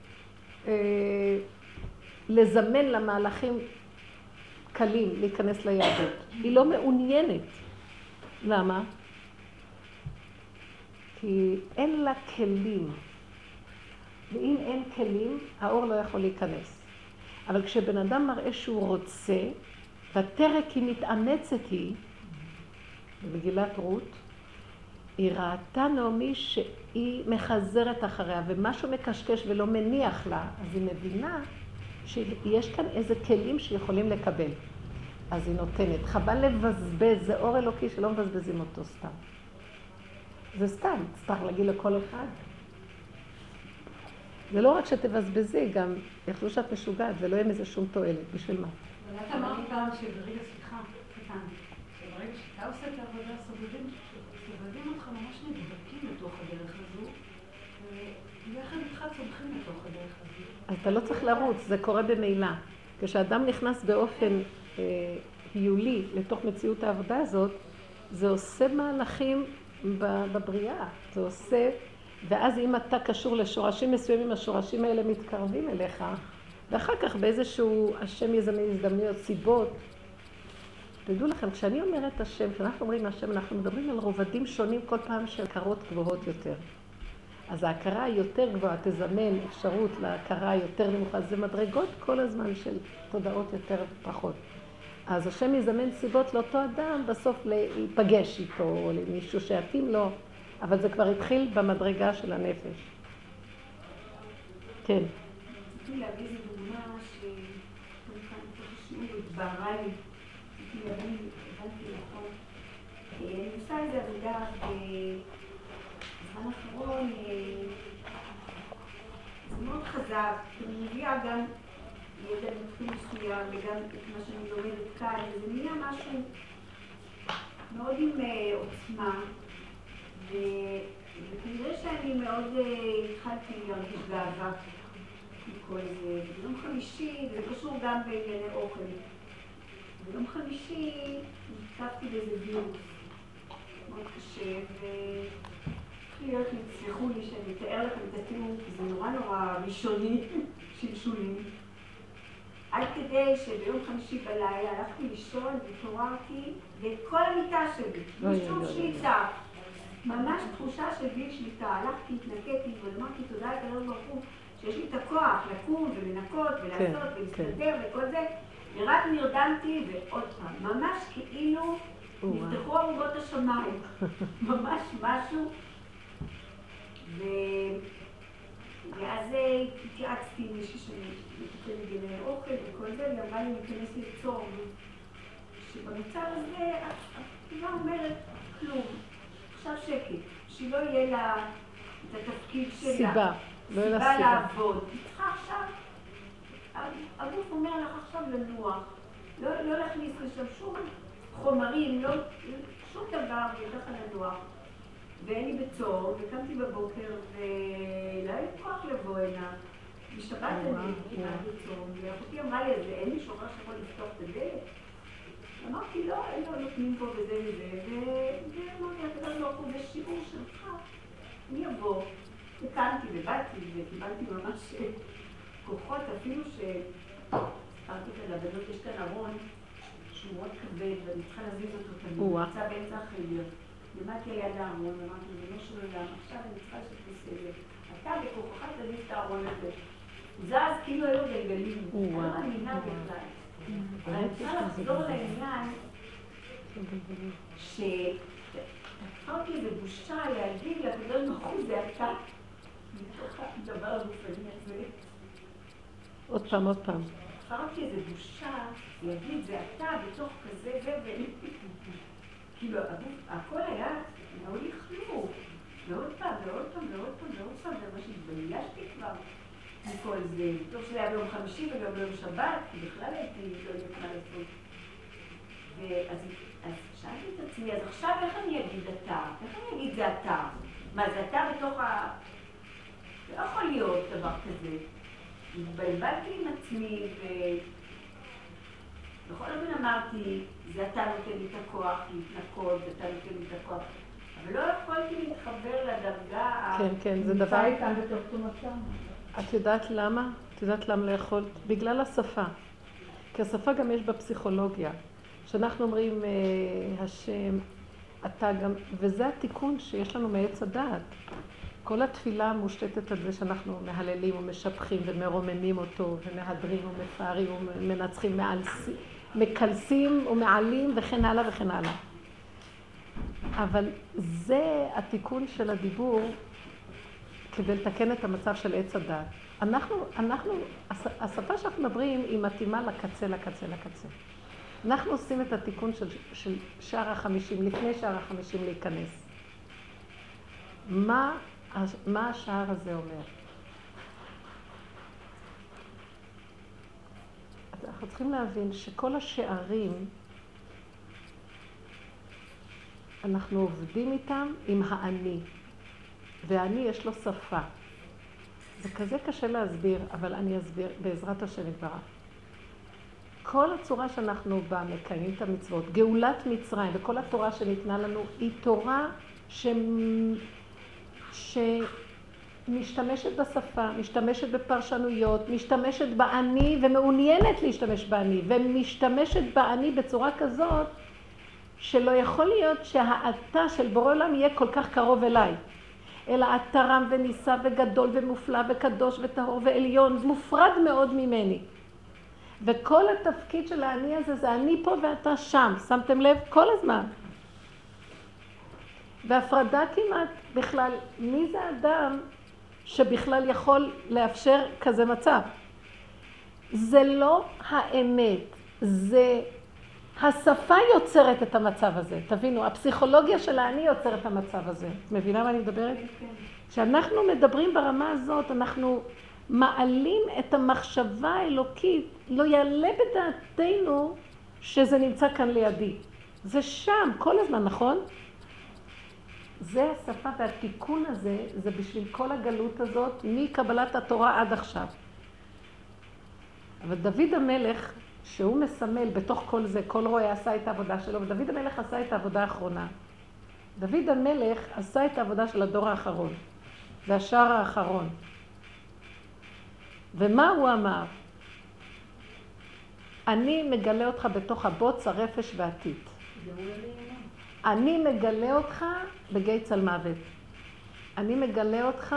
לזמן למהלכים קלים להיכנס ליהדות. היא לא מעוניינת. למה? כי אין לה כלים. ואם אין כלים, האור לא יכול להיכנס. אבל כשבן אדם מראה שהוא רוצה, והתרק היא מתאמצת במגילת רות, היא ראתה נעמי שהיא מחזרת אחריה, ומשהו מקשקש ולא מניח לה, אז היא מבינה שיש כאן איזה כלים שיכולים לקבל. אז היא נותנת. חבל לבזבז, זה אור אלוקי שלא מבזבזים אותו סתם. זה סתם, צריך להגיד לכל אחד. זה לא רק שתבזבזי, גם יכלו שאת משוגעת, ולא יהיה מזה שום תועלת. בשביל מה? אבל את אמרת פעם שברגע, סליחה, קטן, שברגע שאתה עושה את העבודה, סובבים אותך ממש נדבקים לתוך הדרך הזו, ויחד איתך צומחים לתוך הדרך הזו. אז אתה לא צריך לרוץ, זה קורה במילא. כשאדם נכנס באופן היולי לתוך מציאות העבודה הזאת, זה עושה מהלכים בבריאה. זה עושה, ואז אם אתה קשור לשורשים מסוימים, השורשים האלה מתקרבים אליך, ואחר כך באיזשהו השם יזמן הזדמנויות, סיבות. תדעו לכם, כשאני אומרת השם, כשאנחנו אומרים השם, אנחנו מדברים על רובדים שונים כל פעם של הכרות גבוהות יותר. אז ההכרה היותר גבוהה תזמן אפשרות להכרה היותר נמוכה, זה מדרגות כל הזמן של תודעות יותר פחות. אז השם יזמן סיבות לאותו אדם בסוף להיפגש איתו או למישהו שיתאים לו, אבל זה כבר התחיל במדרגה של הנפש. כן. רציתי להגיד דוגמה ששיעור התבהרה לי, רציתי להגיד, הבנתי נכון. אני עושה איזו עבודה בזמן האחרון, זה מאוד חזק, אני מביאה גם ידע נתחיל מסוים וגם את מה שאני לומדת כאן, וזה נהיה משהו מאוד עם עוצמה, וכנראה שאני מאוד התחלתי להרגיש גאווה. מכל זה. ביום חמישי, וזה קשור גם בענייני אוכל. ביום חמישי נתקפתי באיזה וירוס מאוד קשה, להיות לי, תסלחו לי שאני אתאר לכם את התיאור, כי זה נורא ראשוני, שלשולים. עד כדי שביום חמישי בלילה הלכתי לישון והתעוררתי וכל המיטה שלי, בשום שליטה. ממש תחושה של בלי שליטה. הלכתי, התנקתי ואמרתי תודה לקדוש ברוך הוא שיש לי את הכוח לקום ולנקות ולעשות ולהסתדר וכל זה. ורק נרדמתי ועוד פעם, ממש כאילו נפתחו ארובות השמיים. ממש משהו. ואז התייעצתי עם מישהי שמטפל בגני אוכל וכל זה, והיא אמרה לי להיכנס לצום. שבמצב הזה, התפילה אומרת כלום. עכשיו שקט, שלא יהיה לה את התפקיד שלה. סיבה, לא יהיה לה סיבה. לעבוד. היא צריכה עכשיו, הגוף אומר לך עכשיו לנוח. לא להכניס לשם שום חומרים, שום דבר, וככה לנוח. ואין לי בצום, וקמתי בבוקר, ולא היה לי כוח לבוא הנה. בשבת אני כמעט בצום, ואחותי אמרה לי, אז אין לי שוחר שיכול לפתוח את הדלת? אמרתי, לא, אין לו נותנים פה וזה וזה, ואמרתי, הקדוש ברוך הוא בשיעור שלך, אני אבוא. וקמתי ובאתי, וקיבלתי ממש כוחות, אפילו שספרתי כאן לבנות, יש כאן ארון שהוא מאוד כבד, ואני צריכה להזיז אותו תמיד, נמצא באמצע החדר. למדתי על יד הארון, אמרתי, זה לא של עולם, עכשיו אני צריכה שתעשה. אתה בכוחך תזיז את הארון הזה. זז כאילו היו גלגלים, אני לא מאמינה בכלל. אבל אני צריכה לחזור לעניין שתקפה אותי איזו בושה להגיד לקדוש ברוך הוא זה אתה מתוך הדבר הגופני הזה. עוד פעם. תקפה אותי איזו בושה להגיד זה אתה בתוך כזה זבל. כאילו, הכל היה, לא לכלו, ועוד פעם, זה מה שהתביישתי כבר מכל זה. טוב שזה היה ביום חמישי וגם ביום שבת, כי בכלל הייתי לא יודעת מה לעשות. אז שאלתי את עצמי, אז עכשיו איך אני אגיד אתה? איך אני אגיד זה אתה? מה, זה אתה בתוך זה לא יכול להיות דבר כזה. התבלבלתי עם עצמי בכל אופן אמרתי, זה אתה נותן לי את הכוח להתנקות, זה אתה נותן לי את הכוח. אבל לא יכולתי להתחבר לדרגה... כן, זה דבר... נמצא איתם בתוך תומתם. את יודעת למה? את יודעת למה לא יכולת? בגלל השפה. כי השפה גם יש בפסיכולוגיה. שאנחנו אומרים, השם, אתה גם... וזה התיקון שיש לנו מעץ הדעת. כל התפילה מושתתת על זה שאנחנו מהללים ומשבחים ומרוממים אותו ומהדרים ומפארים ומנצחים, מקלסים ומעלים וכן הלאה וכן הלאה. אבל זה התיקון של הדיבור כדי לתקן את המצב של עץ הדעת. השפה שאנחנו מדברים היא מתאימה לקצה. אנחנו עושים את התיקון של שער ה-50, לפני שער ה-50 להיכנס. מה השער הזה אומר? אנחנו צריכים להבין שכל השערים, אנחנו עובדים איתם עם האני, והאני יש לו שפה. זה כזה קשה להסביר, אבל אני אסביר בעזרת השם יתברך. כל הצורה שאנחנו בה מקיימים את המצוות, גאולת מצרים, וכל התורה שניתנה לנו, היא תורה שמשתמשת בשפה, משתמשת בפרשנויות, משתמשת באני ומעוניינת להשתמש באני, ומשתמשת באני בצורה כזאת שלא יכול להיות שהאתה של בורא עולם יהיה כל כך קרוב אליי. אלא אתה רם ונישא וגדול ומופלא וקדוש וטהור ועליון, מופרד מאוד ממני. וכל התפקיד של האני הזה זה אני פה ואתה שם, שמתם לב? כל הזמן. והפרדה כמעט בכלל, מי זה האדם שבכלל יכול לאפשר כזה מצב? זה לא האמת, זה השפה יוצרת את המצב הזה. תבינו, הפסיכולוגיה של האני יוצרת את המצב הזה. את מבינה מה אני מדברת? כשאנחנו מדברים ברמה הזאת, אנחנו מעלים את המחשבה האלוקית, לא יעלה בדעתנו שזה נמצא כאן לידי. זה שם, כל הזמן, נכון? זה השפה והתיקון הזה, זה בשביל כל הגלות הזאת, מקבלת התורה עד עכשיו. אבל דוד המלך, שהוא מסמל בתוך כל זה, כל רועה עשה את העבודה שלו, ודוד המלך עשה את העבודה האחרונה. דוד המלך עשה את העבודה של הדור האחרון. זה השער האחרון. ומה הוא אמר? אני מגלה אותך בתוך הבוץ, הרפש והטיט. אני מגלה אותך בגיא צלמוות. אני מגלה אותך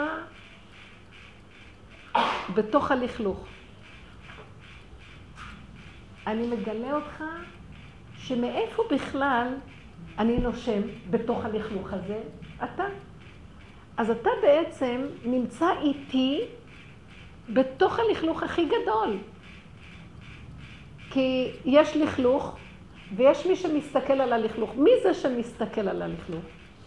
בתוך הלכלוך. אני מגלה אותך שמאיפה בכלל אני נושם בתוך הלכלוך הזה? אתה. אז אתה בעצם נמצא איתי בתוך הלכלוך הכי גדול. כי יש לכלוך ויש מי שמסתכל על הלכלוך. מי זה שמסתכל על הלכלוך?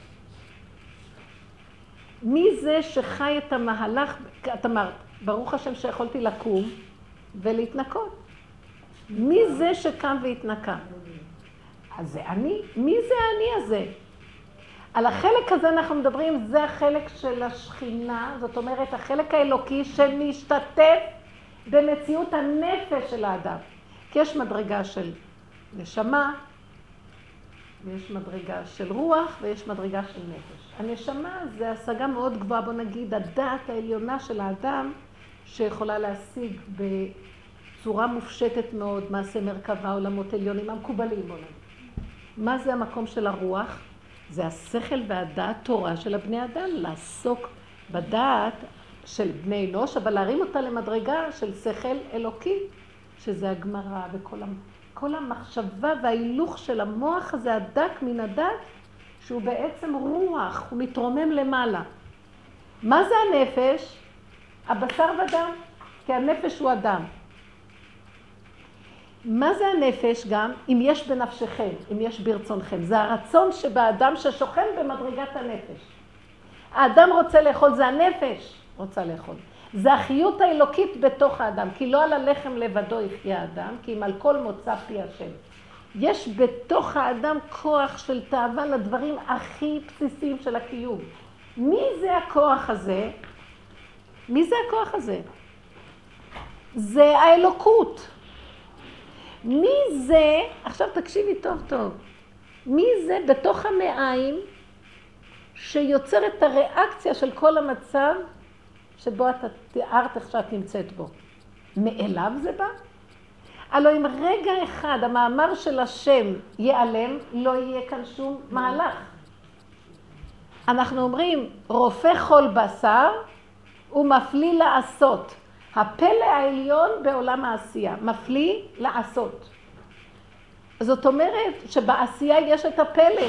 מי זה שחי את המהלך? את אמרת, ברוך השם שיכולתי לקום ולהתנקות. מי זה שקם והתנקה? אז זה אני. מי זה אני הזה? על החלק הזה אנחנו מדברים, זה החלק של השכינה, זאת אומרת, החלק האלוקי שמשתתף במציאות הנפש של האדם. כי יש מדרגה של נשמה, ויש מדרגה של רוח, ויש מדרגה של נפש. הנשמה זה השגה מאוד גבוהה, בוא נגיד, הדעת העליונה של האדם, שיכולה להשיג בצורה מופשטת מאוד, מעשה מרכבה, עולמות עליונים, המקובלים עולם. מה זה המקום של הרוח? זה השכל והדעת תורה של הבני אדם, לעסוק בדעת של בני אנוש, אבל להרים אותה למדרגה של שכל אלוקי, שזה הגמרא וכל המחשבה וההילוך של המוח הזה, הדק מן הדק, שהוא בעצם רוח, הוא מתרומם למעלה. מה זה הנפש? הבשר ודם, כי הנפש הוא אדם. מה זה הנפש גם? אם יש בנפשכם, אם יש ברצונכם. זה הרצון שבאדם ששוכן במדרגת הנפש. האדם רוצה לאכול, זה הנפש רוצה לאכול. זה החיות האלוקית בתוך האדם, כי לא על הלחם לבדו יחיה האדם, כי אם על כל מוצא פי השם. יש בתוך האדם כוח של תאווה לדברים הכי בסיסיים של הקיום. מי זה הכוח הזה? מי זה הכוח הזה? זה האלוקות. מי זה, עכשיו תקשיבי טוב טוב, מי זה בתוך המעיים שיוצר את הריאקציה של כל המצב שבו אתה תיארת איך שאת נמצאת בו? מאליו זה בא? הלוא אם רגע אחד המאמר של השם ייעלם, לא יהיה כאן שום מהלך. אנחנו אומרים, רופא כל בשר ומפליא לעשות. הפלא העליון בעולם העשייה, מפליא לעשות. זאת אומרת שבעשייה יש את הפלא.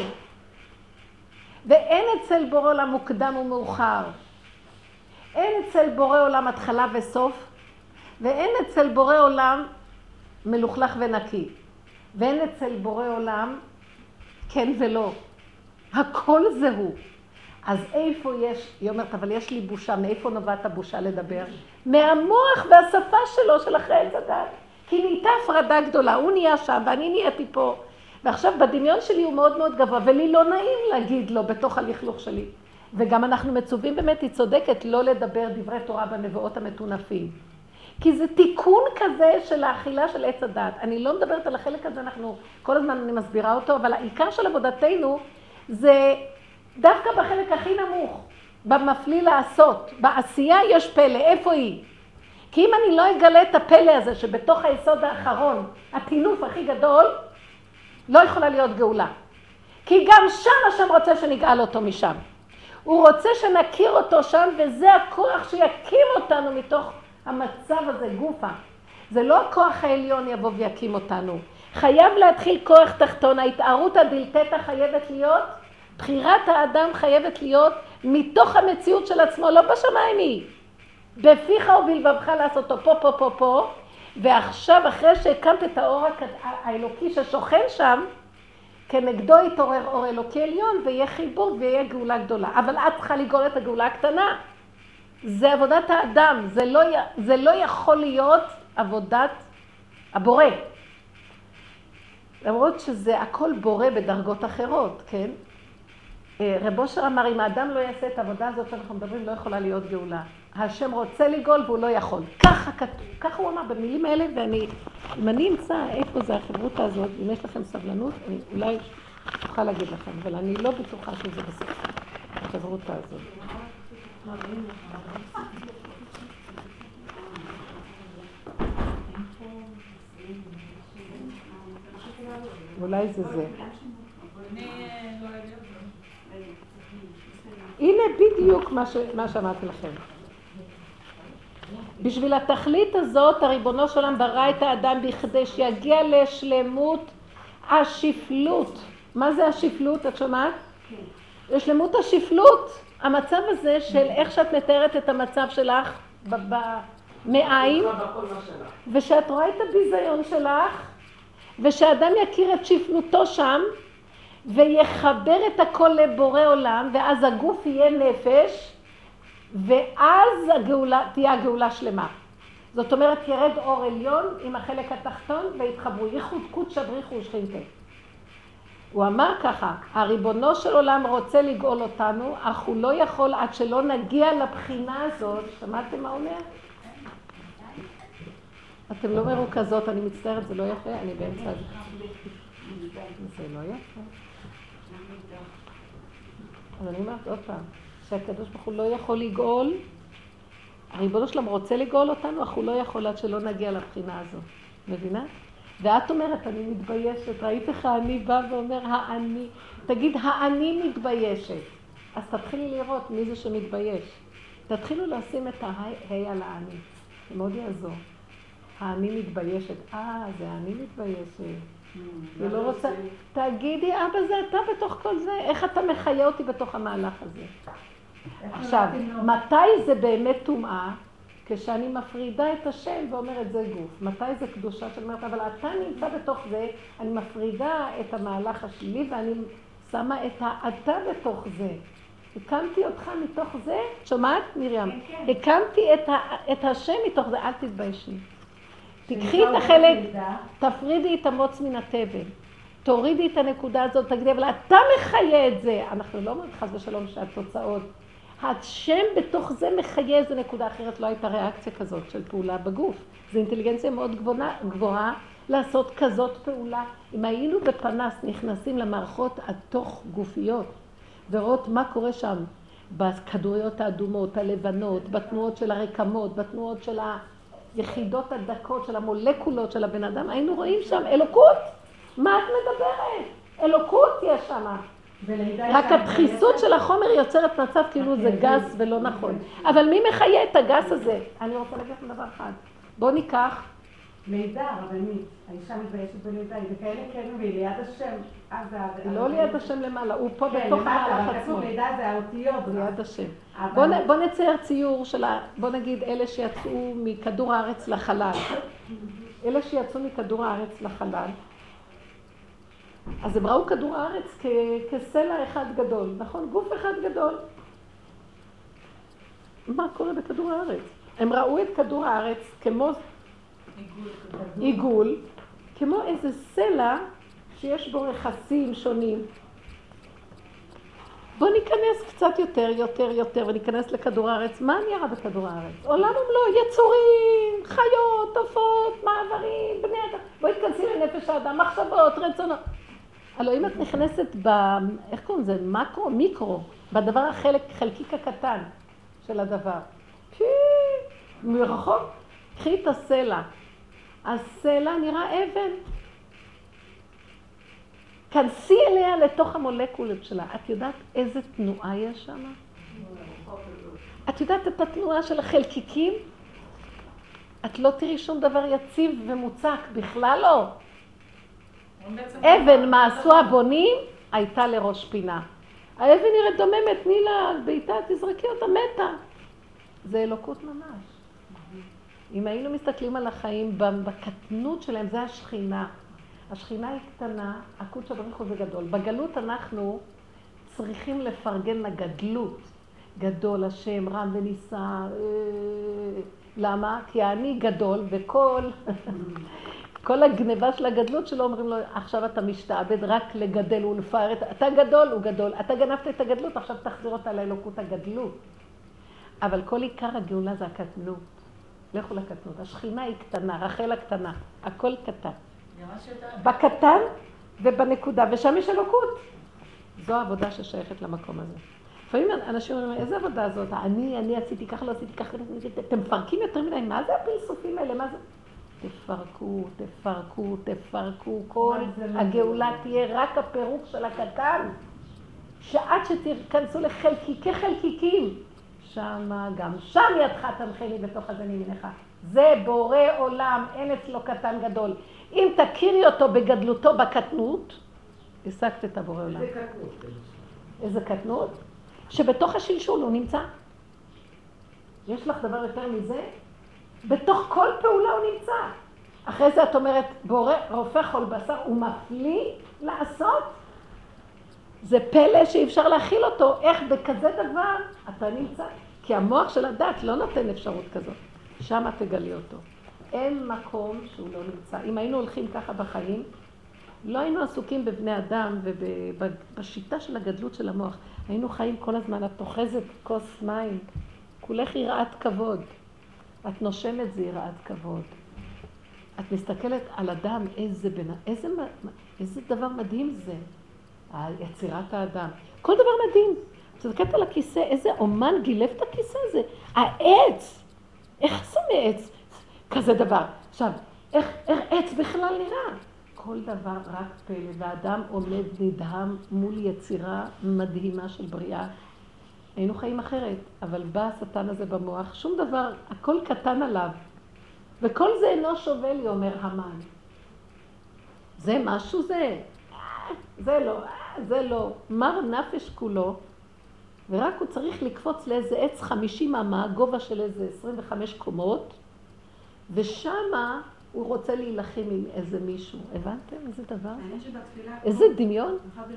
ואין אצל בורא עולם מוקדם ומאוחר. אין אצל בורא עולם התחלה וסוף. ואין אצל בורא עולם מלוכלך ונקי. ואין אצל בורא עולם כן ולא. הכל זהו. אז איפה יש, היא אומרת, אבל יש לי בושה, מאיפה נובעת הבושה לדבר? מהמוח והשפה שלו, של אחרי עץ הדת. כי נהייתה הפרדה גדולה, הוא נהיה שם ואני נהייתי פה. ועכשיו בדמיון שלי הוא מאוד מאוד גבוה, ולי לא נעים להגיד לו בתוך הלכלוך שלי. וגם אנחנו מצווים באמת, היא צודקת, לא לדבר דברי תורה בנבואות המתונפים. כי זה תיקון כזה של האכילה של עץ הדת. אני לא מדברת על החלק הזה, אנחנו כל הזמן אני מסבירה אותו, אבל העיקר של עבודתנו זה דווקא בחלק הכי נמוך, במפליא לעשות. בעשייה יש פלא, איפה היא? כי אם אני לא אגלה את הפלא הזה שבתוך היסוד האחרון, הטינוף הכי גדול, לא יכולה להיות גאולה. כי גם שם השם רוצה שנגאל אותו משם. הוא רוצה שנכיר אותו שם, וזה הכוח שיקים אותנו מתוך המצב הזה, גופה. זה לא הכוח העליון יבוא ויקים אותנו. חייב להתחיל כוח תחתון, ההתארות הדלתתא חייבת להיות, בחירת האדם חייבת להיות מתוך המציאות של עצמו, לא בשמיים היא. בפיך ובלבבך לעשותו פה, ועכשיו אחרי שהקמת את האור האלוקי ששוכן שם, כנגדו יתעורר אור אלוקי עליון ויהיה חיבור ויהיה גאולה גדולה. אבל את צריכה לגאול את הגאולה הקטנה. זה עבודת האדם, זה לא יכול להיות עבודת הבורא. למרות שזה הכל בורא בדרגות אחרות, כן? רב אושר אמר, אם האדם לא יעשה את העבודה הזאת שאנחנו מדברים, לא יכולה להיות גאולה. השם רוצה לגאול והוא לא יכול. ככה הוא אמר במילים האלה, אם אני אמצא איפה זה החברותה הזאת, אם יש לכם סבלנות, אני אולי אוכל להגיד לכם, אבל אני לא בטוחה שזה בסדר, החברותה הזאת. אולי זה זה. הנה בדיוק מה שאמרתי לכם. בשביל התכלית הזאת, הריבונו של עולם ברא את האדם בכדי שיגיע לשלמות השפלות. מה זה השפלות? את שומעת? כן. לשלמות השפלות. המצב הזה של איך שאת מתארת את המצב שלך במעיים, ושאת רואה את הביזיון שלך, ושאדם יכיר את שפלותו שם, ויחבר את הכל לבורא עולם, ואז הגוף יהיה נפש, ואז תהיה הגאולה שלמה. זאת אומרת, ירד אור עליון עם החלק התחתון, והתחברו ייחוד קודש בריחו ושכינתה. הוא אמר ככה, הריבונו של עולם רוצה לגאול אותנו, אך הוא לא יכול עד שלא נגיע לבחינה הזאת. שמעתם מה אומר? אתם לא מרוכזות, אני מצטערת, זה לא יפה, אני באמצע זה. זה לא יפה. אז אני אומרת עוד פעם, שהקדוש ברוך הוא לא יכול לגאול, הריבונו שלום רוצה לגאול אותנו, אך הוא לא יכול עד שלא נגיע לבחינה הזאת. מבינה? ואת אומרת, אני מתביישת, ראית איך האני בא ואומר, האני, תגיד, האני מתביישת. אז תתחילי לראות מי זה שמתבייש. תתחילו לשים את ההי על האני, זה מאוד יעזור. האני מתביישת, זה האני מתביישת. היא לא רוצה, תגידי, אבא זה אתה בתוך כל זה, איך אתה מחיה אותי בתוך המהלך הזה? עכשיו, מתי זה באמת טומאה? כשאני מפרידה את השם ואומרת זה גוף. מתי זה קדושה שאומרת, אבל אתה נמצא בתוך זה, אני מפרידה את המהלך השלילי ואני שמה את האתה בתוך זה. הקמתי אותך מתוך זה, שומעת מרים? הקמתי את השם מתוך זה, אל תתביישי. תקחי את החלק, תפרידי את המוץ מן התבן, תורידי את הנקודה הזאת, תגידי, אבל אתה מחיה את זה. אנחנו לא אומרים חס ושלום שהתוצאות, השם בתוך זה מחיה איזה נקודה אחרת, לא הייתה ריאקציה כזאת של פעולה בגוף. זו אינטליגנציה מאוד גבוהה לעשות כזאת פעולה. אם היינו בפנס נכנסים למערכות התוך גופיות, ורואות מה קורה שם, בכדוריות האדומות, הלבנות, בתנועות של הרקמות, בתנועות של היחידות הדקות, של המולקולות של הבן אדם, היינו רואים שם אלוקות. מה את מדברת? אלוקות יש שם. רק הדחיסות של החומר יוצרת מצב כאילו זה גס ולא נכון. אבל מי מחיה את הגס הזה? אני רוצה להגיד לכם דבר אחד. בואו ניקח. לידה, אבל מי? האישה מתביישת בלידה, היא בכאלה כן והיא ליד השם. היא לא ליד השם למעלה, הוא פה בתוך המהלך עצמו. לידה זה האותיות. ליד השם. בואו נצייר ציור שלה, בואו נגיד אלה שיצאו מכדור הארץ לחלל. אלה שיצאו מכדור הארץ לחלל. אז הם ראו כדור הארץ כסלע אחד גדול, נכון? גוף אחד גדול. מה קורה בכדור הארץ? הם ראו את כדור הארץ כמו עיגול, כמו איזה סלע שיש בו רכסים שונים. בואו ניכנס קצת יותר וניכנס לכדור הארץ. מה נראה בכדור הארץ? עולם ומלואו, יצורים, חיות, עופות, מעברים, בני אדם. בואי תכנסי לנפש האדם, מחשבות, רצונות. הלוא אם את נכנסת איך קוראים לזה? מקרו, מיקרו, בדבר חלקיק הקטן של הדבר. מרחוק, קחי את הסלע. הסלע נראה אבן. כנסי אליה לתוך המולקולות שלה. את יודעת איזה תנועה יש שם? את יודעת את התנועה של החלקיקים? את לא תראי שום דבר יציב ומוצק, בכלל לא. אבן, מה עשו הבונים, הייתה לראש פינה. האבן נראית דוממת, תני לה ביתה, תזרקי אותה, מתה. זה אלוקות ממש. אם היינו מסתכלים על החיים, בקטנות שלהם, זה השכינה. השכינה היא קטנה, הקודש הבריך הוא זה גדול. בגלות אנחנו צריכים לפרגן לגדלות. גדול, השם, רם וניסה. למה? כי אני גדול וכל... כל הגניבה של הגדלות שלו אומרים לו, עכשיו אתה משתעבד רק לגדל ולפאר. אתה גדול, הוא גדול. אתה גנבת את הגדלות, עכשיו תחזיר אותה לאלוקות הגדלות. אבל כל עיקר הגאולה זה הקטנות. לכו לקטנות. השכינה היא קטנה, רחל הקטנה, הכל קטן. בקטן ובנקודה, ושם יש אלוקות. זו העבודה ששייכת למקום הזה. לפעמים אנשים אומרים, איזה עבודה זאת? אני עשיתי ככה, לא עשיתי ככה, אתם מפרקים יותר מדי, מה זה הפלסופים האלה? מה זה? תפרקו, תפרקו, תפרקו, כל הגאולה תהיה רק הפירוק של הקטן. שעד שתיכנסו לחלקיקי חלקיקים, גם שם ידך תנחני בתוך הזה ממך. זה בורא עולם, אין אצלו קטן גדול. אם תכירי אותו בגדלותו בקטנות, השגת את הבורא עולם. איזה קטנות? איזה קטנות? שבתוך השלשול הוא נמצא. יש לך דבר יותר מזה? בתוך כל פעולה הוא נמצא. אחרי זה את אומרת, בורא רופא חול בשר, הוא מפליא לעשות. זה פלא שאי אפשר להכיל אותו. איך בכזה דבר אתה נמצא? כי המוח של הדת לא נותן אפשרות כזאת. שם תגלי אותו. אין מקום שהוא לא נמצא. אם היינו הולכים ככה בחיים, לא היינו עסוקים בבני אדם ובשיטה של הגדלות של המוח. היינו חיים כל הזמן, את תוחזת כוס מים, כולך יראת כבוד. את נושמת זה יראת כבוד. את מסתכלת על אדם, איזה דבר מדהים זה. יצירת האדם. כל דבר מדהים. תסתכלת על הכיסא, איזה אומן גילב את הכיסא הזה. העץ. איך זה מעץ? כזה דבר. עכשיו, איך עץ בכלל נראה? כל דבר רק פלא, והאדם עומד נדהם מול יצירה מדהימה של בריאה. היינו חיים אחרת, אבל בא השטן הזה במוח, שום דבר, הכל קטן עליו. וכל זה אינו שווה לי, אומר המן. זה משהו זה. זה לא. מר נפש כולו, ורק הוא צריך לקפוץ לאיזה עץ 50 אמה, גובה של איזה 25 קומות, ושמה הוא רוצה להילחם עם איזה מישהו. הבנתם איזה דבר? איזה דמיון?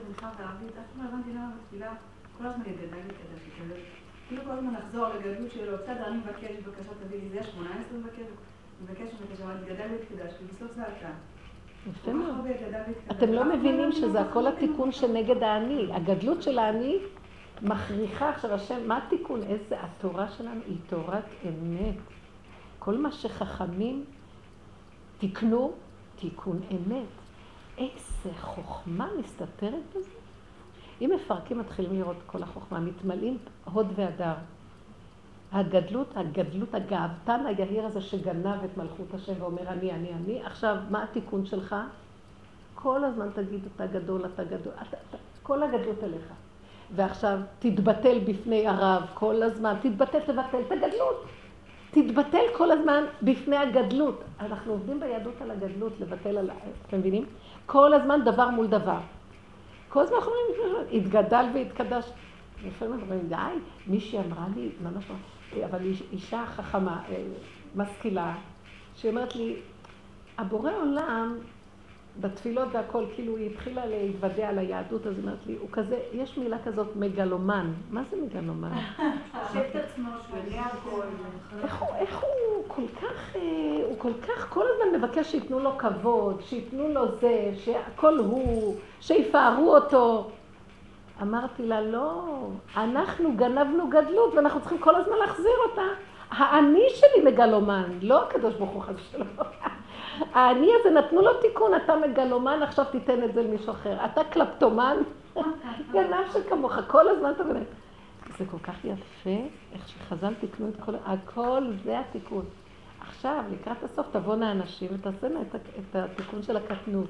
לא הבנתי למה בתפילה כל הזמן יגדל וקדש יקבל. כאילו כל הזמן נחזור לגדלות שלו, בסדר, אני מבקש בבקשה תביא לי, זה 18 מבקש בבקשה, אבל תגדל וקדש, כי בסוף זה אתה. יפה מאוד. אתם לא מבינים שזה הכל התיקון שנגד העני. הגדלות של העני מכריחה עכשיו השם, מה התיקון? איזה התורה שלנו היא תורת אמת. כל מה שחכמים תקנו, תיקון אמת. איזה חוכמה מסתתרת בזה. אם מפרקים מתחילים לראות כל החוכמה, מתמלאים הוד והדר. הגדלות, הגאוותן היהיר הזה שגנב את מלכות השם ואומר אני. עכשיו, מה התיקון שלך? כל הזמן תגיד אתה גדול, כל הגדלות עליך. ועכשיו תתבטל בפני הרב כל הזמן, תבטל את הגדלות. תתבטל כל הזמן בפני הגדלות. אנחנו עובדים ביהדות על הגדלות, לבטל על... אתם מבינים? כל הזמן דבר מול דבר. כל הזמן אנחנו אומרים, התגדל והתקדש. לפעמים אומרים, די, מישהי אמרה לי, ממש לא, אבל אישה חכמה, משכילה, שאומרת לי, הבורא עולם, בתפילות והכל, כאילו היא התחילה להתוודע על היהדות, אז אומרת לי, הוא כזה, יש מילה כזאת מגלומן. מה זה מגלומן? שאת עצמו, שהוא יודע הכל. איך הוא כל כך, כל הזמן מבקש שיתנו לו כבוד, שיתנו לו זה, שהכל הוא, שיפארו אותו. אמרתי לה, לא, אנחנו גנבנו גדלות ואנחנו צריכים כל הזמן להחזיר אותה. האני שלי מגלומן, לא הקדוש ברוך הוא חד שלו. האני הזה נתנו לו תיקון, אתה מגלומן, עכשיו תיתן את זה למישהו אחר. אתה קלפטומן, גנב שכמוך, כל הזמן אתה מבין. זה כל כך יפה, איך שחז"ל תיקנו את הכל זה התיקון. עכשיו, לקראת הסוף תבואנה אנשים ותעשינה את התיקון של הקטנות.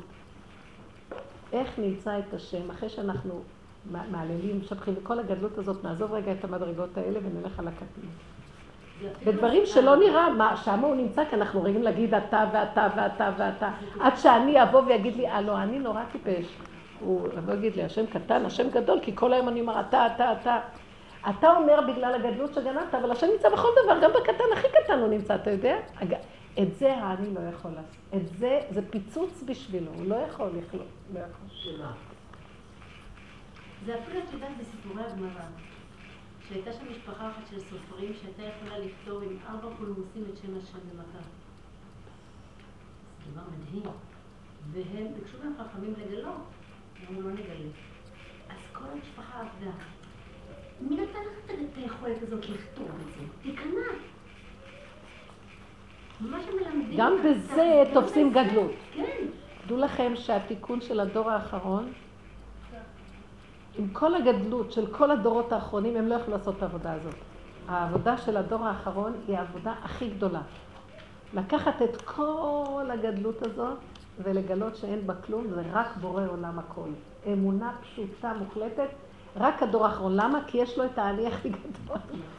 איך נמצא את השם, אחרי שאנחנו מעללים, משבחים, וכל הגדלות הזאת, נעזוב רגע את המדרגות האלה ונלך על הקטנות. בדברים שלא נראה, שם הוא נמצא, כי אנחנו רגילים להגיד אתה ואתה ואתה ואתה. עד שאני אבוא ויגיד לי, לא, אני נורא טיפש. הוא יבוא ויגיד לי, השם קטן, השם גדול, כי כל היום אני אומר, אתה. אתה אומר בגלל הגדלות שגנבת, אבל השם נמצא בכל דבר, גם בקטן הכי קטן הוא נמצא, אתה יודע? את זה אני לא יכול לעשות. את זה פיצוץ בשבילו, הוא לא יכול לכלול. לא יכול. שמה? זה אפילו את יודעת בסיפורי הגמרא, שהייתה שם משפחה אחת של סופרים שהייתה יכולה לכתוב עם 4 קולמוסים את שם השם במכה. זה דבר מדהים. והם ביקשו מהם חכמים לגלות, אמרו לא נגלה. אז כל המשפחה עבדה. מי נתן לך את היכולת הזאת לכתוב את זה? תיכנע. מה שמלמדים... גם בזה תופסים גדלות. כן. תדעו לכם שהתיקון של הדור האחרון, עם כל הגדלות של כל הדורות האחרונים, הם לא יכלו לעשות את העבודה הזאת. העבודה של הדור האחרון היא העבודה הכי גדולה. לקחת את כל הגדלות הזאת ולגלות שאין בה כלום, זה רק בורא עולם הכל. אמונה פשוטה, מוחלטת, רק הדור האחרון. למה? כי יש לו את העני הכי גדול.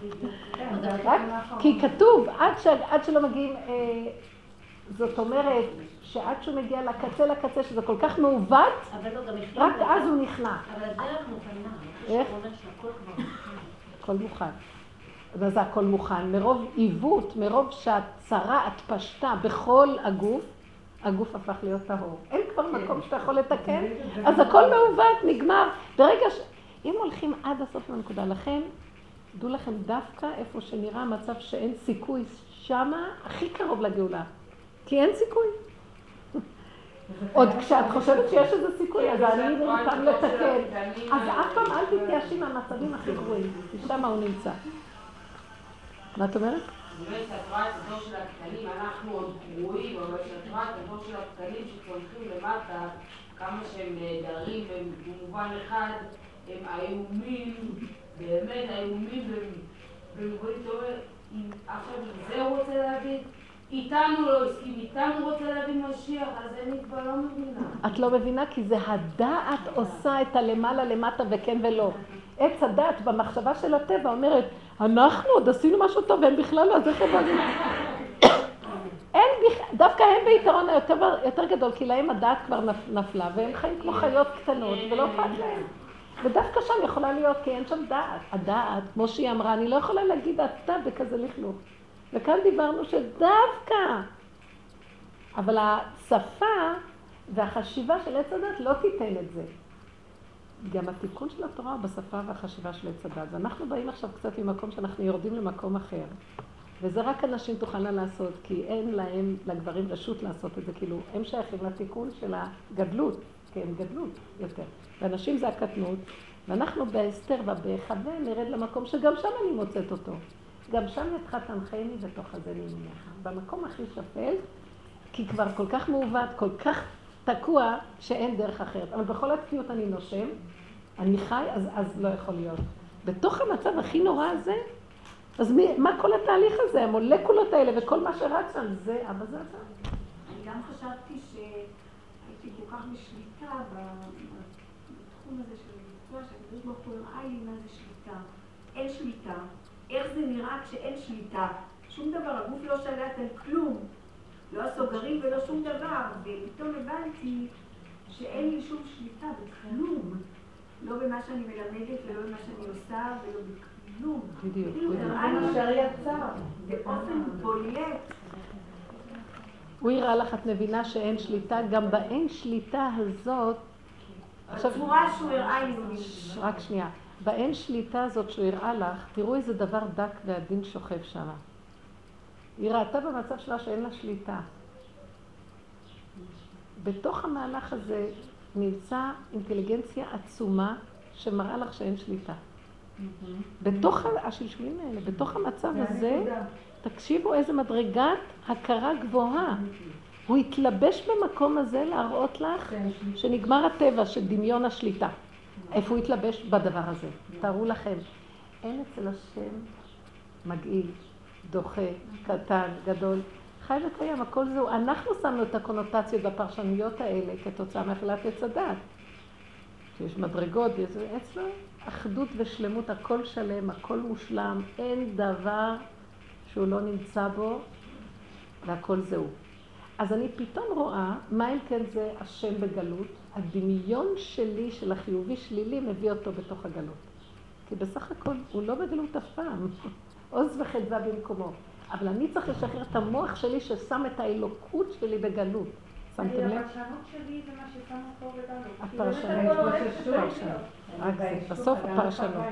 כי כתוב, עד שלא מגיעים, זאת אומרת, שעד שהוא מגיע לקצה, שזה כל כך מעוות, רק אז הוא נכנע. אבל הדרך מוכנה. איך? שהכל כבר מוכן. הכל מוכן. וזה הכל מוכן. מרוב עיוות, מרוב שהצרה התפשטה בכל הגוף הפך להיות טהור. אין כבר מקום שאתה יכול לתקן, אז הכל מעוות, נגמר. ברגע אם הולכים עד הסוף לנקודה, לכן, דעו לכם דווקא איפה שנראה המצב שאין סיכוי, שמה הכי קרוב לגאולה. כי אין סיכוי. עוד כשאת חושבת שיש איזה סיכוי, אז אני פעם לתקן. אז אף פעם אל תתייאשי מהמצבים הכי גרועים, כי שמה הוא נמצא. מה את אומרת? באמת, את רואה את הדור של הקטנים, אנחנו עוד גרועים, אבל את רואה את הדור של הקטנים שצולחים למטה, כמה שהם נהדרים, ובמובן אחד הם איומים, באמת איומים, ומבואי תאמר, עכשיו זה הוא רוצה להבין, איתנו לא הסכים, איתנו רוצה להבין משיח, אז אני כבר לא מבינה. את לא מבינה כי זה הדעת עושה את הלמעלה למטה וכן ולא. עץ הדעת במחשבה של הטבע אומרת, אנחנו עוד עשינו משהו טוב והם בכלל לא, אז איך הבאים? דווקא הם ביתרון יותר גדול, כי להם הדעת כבר נפלה, והם חיים כמו חיות קטנות ולא אכפת להם. ודווקא שם יכולה להיות, כי אין שם דעת. הדעת, כמו שהיא אמרה, אני לא יכולה להגיד אתה בכזה לכלוך. וכאן דיברנו שדווקא, אבל השפה והחשיבה של עץ הדת לא תיתן את זה. גם התיקון של התורה הוא בשפה והחשיבה של עץ הדת. ואנחנו באים עכשיו קצת ממקום שאנחנו יורדים למקום אחר. וזה רק אנשים תוכלנה לעשות, כי אין להם, לגברים רשות לעשות את זה. כאילו, הם שייכים לתיקון של הגדלות, כי הם גדלות יותר. ואנשים זה הקטנות, ואנחנו בהסתר ובחווה נרד למקום שגם שם אני מוצאת אותו. גם שם ידך תנחני ותוך הזה נמניחה. במקום הכי שפל, כי כבר כל כך מעוות, כל כך תקוע, שאין דרך אחרת. אבל בכל התקיעות אני נושם, אני חי, אז לא יכול להיות. בתוך המצב הכי נורא הזה, אז מה כל התהליך הזה? המולקולות האלה וכל מה שרץ שם, זה, אבל זה אתה. אני גם חשבתי שהייתי כל כך בשליטה בתחום הזה של המקצוע, שהקדוש ברוך הוא הראה לי מה זה שליטה. אין שליטה. איך זה נראה כשאין שליטה? שום דבר, הגוף לא שלט על כלום. לא הסוגרים ולא שום דבר. ופתאום הבנתי שאין לי שום שליטה בכלום. לא במה שאני מלמדת ולא במה שאני עושה ולא בכלום. בדיוק. זה אשר יצא. באופן בולט. הוא יראה לך, את מבינה שאין שליטה, גם באין שליטה הזאת, בצורה שהוא הראה לי. רק שנייה, באין שליטה הזאת שהוא הראה לך, תראו איזה דבר דק ועדין שוכב שם. היא ראתה במצב שלה שאין לה שליטה. בתוך המהלך הזה נמצא אינטליגנציה עצומה שמראה לך שאין שליטה. בתוך השלשולים האלה, בתוך המצב הזה, תקשיבו איזה מדרגת הכרה גבוהה. הוא התלבש במקום הזה להראות לך שנגמר הטבע של דמיון השליטה. איפה הוא התלבש? בדבר הזה. תארו לכם, אין אצל השם מגעיל, דוחה, קטן, גדול. חי וקיים, הכל זהו. אנחנו שמנו את הקונוטציות והפרשנויות האלה כתוצאה מאכילת עץ הדת. שיש מדרגות, אצלו אחדות ושלמות, הכל שלם, הכל מושלם, אין דבר שהוא לא נמצא בו, והכל זהו. אז אני פתאום רואה, מה אם כן זה השם בגלות? הדמיון שלי, של החיובי שלילי, מביא אותו בתוך הגלות. כי בסך הכל הוא לא בגלות אף פעם. עוז וחדווה במקומו. אבל אני צריך לשחרר את המוח שלי ששם את האלוקות שלי בגלות. שמתם לב? הפרשנות שלי זה מה ששם אותו בגלות. הפרשנות. בסוף הפרשנות.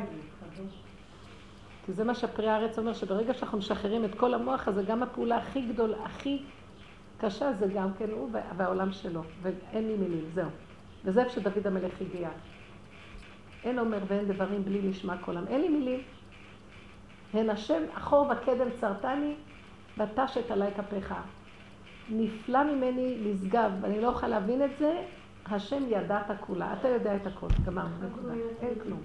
כי זה מה שהפרי הארץ אומר, שברגע שאנחנו משחררים את כל המוח הזה, גם הפעולה הכי גדולה, הכי קשה, זה גם כן הוא והעולם שלו. ואין לי מילים, זהו. וזה איפה שדוד המלך הגיע. אין אומר ואין דברים בלי לשמע קולם. אין לי מילים. הן השם, אחור וקדם צרתני, ותשת עלי כפיך. נפלא ממני לשגב, ואני לא אוכל להבין את זה, השם ידעת כולה. אתה יודע את הכל, גמרנו, נקודה. אין כלום.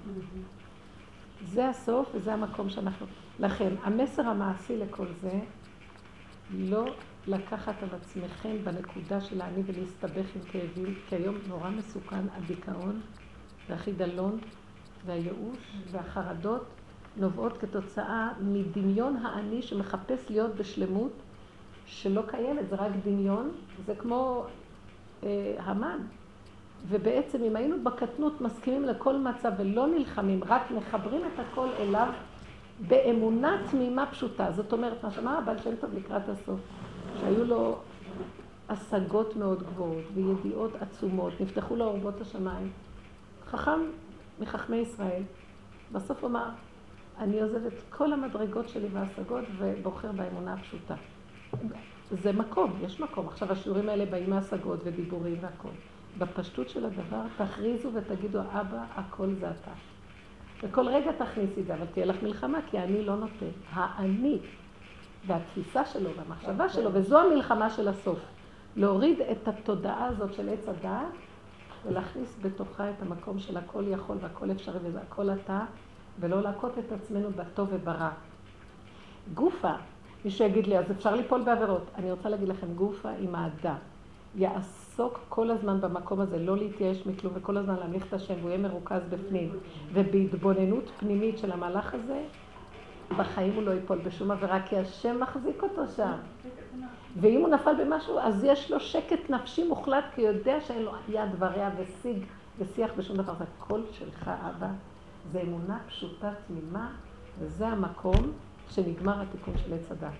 זה הסוף וזה המקום שאנחנו... לכן, המסר המעשי לכל זה, לא לקחת על עצמכם בנקודה של העני ולהסתבך עם כאבים, כי היום נורא מסוכן הדיכאון והחידלון והייאוש והחרדות נובעות כתוצאה מדמיון העני שמחפש להיות בשלמות שלא קיימת, זה רק דמיון, זה כמו המן. ובעצם אם היינו בקטנות מסכימים לכל מצב ולא נלחמים, רק מחברים את הכל אליו באמונה תמימה פשוטה. זאת אומרת, מה שאמר הבעל שם טוב לקראת הסוף, שהיו לו השגות מאוד גבוהות וידיעות עצומות, נפתחו לו אורבות השמיים. חכם מחכמי ישראל, בסוף אמר, אני עוזב את כל המדרגות שלי וההשגות ובוחר באמונה הפשוטה. זה מקום, יש מקום. עכשיו השיעורים האלה באים מהשגות ודיבורים והכל. בפשטות של הדבר תכריזו ותגידו, אבא, הכל זה אתה. וכל רגע תכניסי את זה, אבל תהיה לך מלחמה, כי אני לא נותן. האני והתפיסה שלו והמחשבה שלו, וזו המלחמה של הסוף. להוריד את התודעה הזאת של עץ הדעת, ולהכניס בתוכה את המקום של הכל יכול והכל אפשרי, וזה הכל אתה, ולא להכות את עצמנו בטוב וברע. גופה, מישהו יגיד לי, אז אפשר ליפול בעבירות. אני רוצה להגיד לכם, גופה עם האהדה. יעסוק כל הזמן במקום הזה, לא להתייאש מכלום, וכל הזמן להמליך את השם, והוא יהיה מרוכז בפנים. ובהתבוננות פנימית של המהלך הזה, בחיים הוא לא ייפול בשום עבירה, כי השם מחזיק אותו שם. ואם הוא נפל במשהו, אז יש לו שקט נפשי מוחלט, כי הוא יודע שאין לו יד ורע ושיג ושיח בשום דבר. זה הכל שלך, אבא. זה אמונה פשוטה תמימה, וזה המקום שנגמר התיקון של עץ הדת.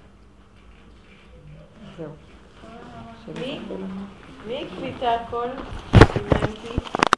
זהו. מי הקליטה הכל?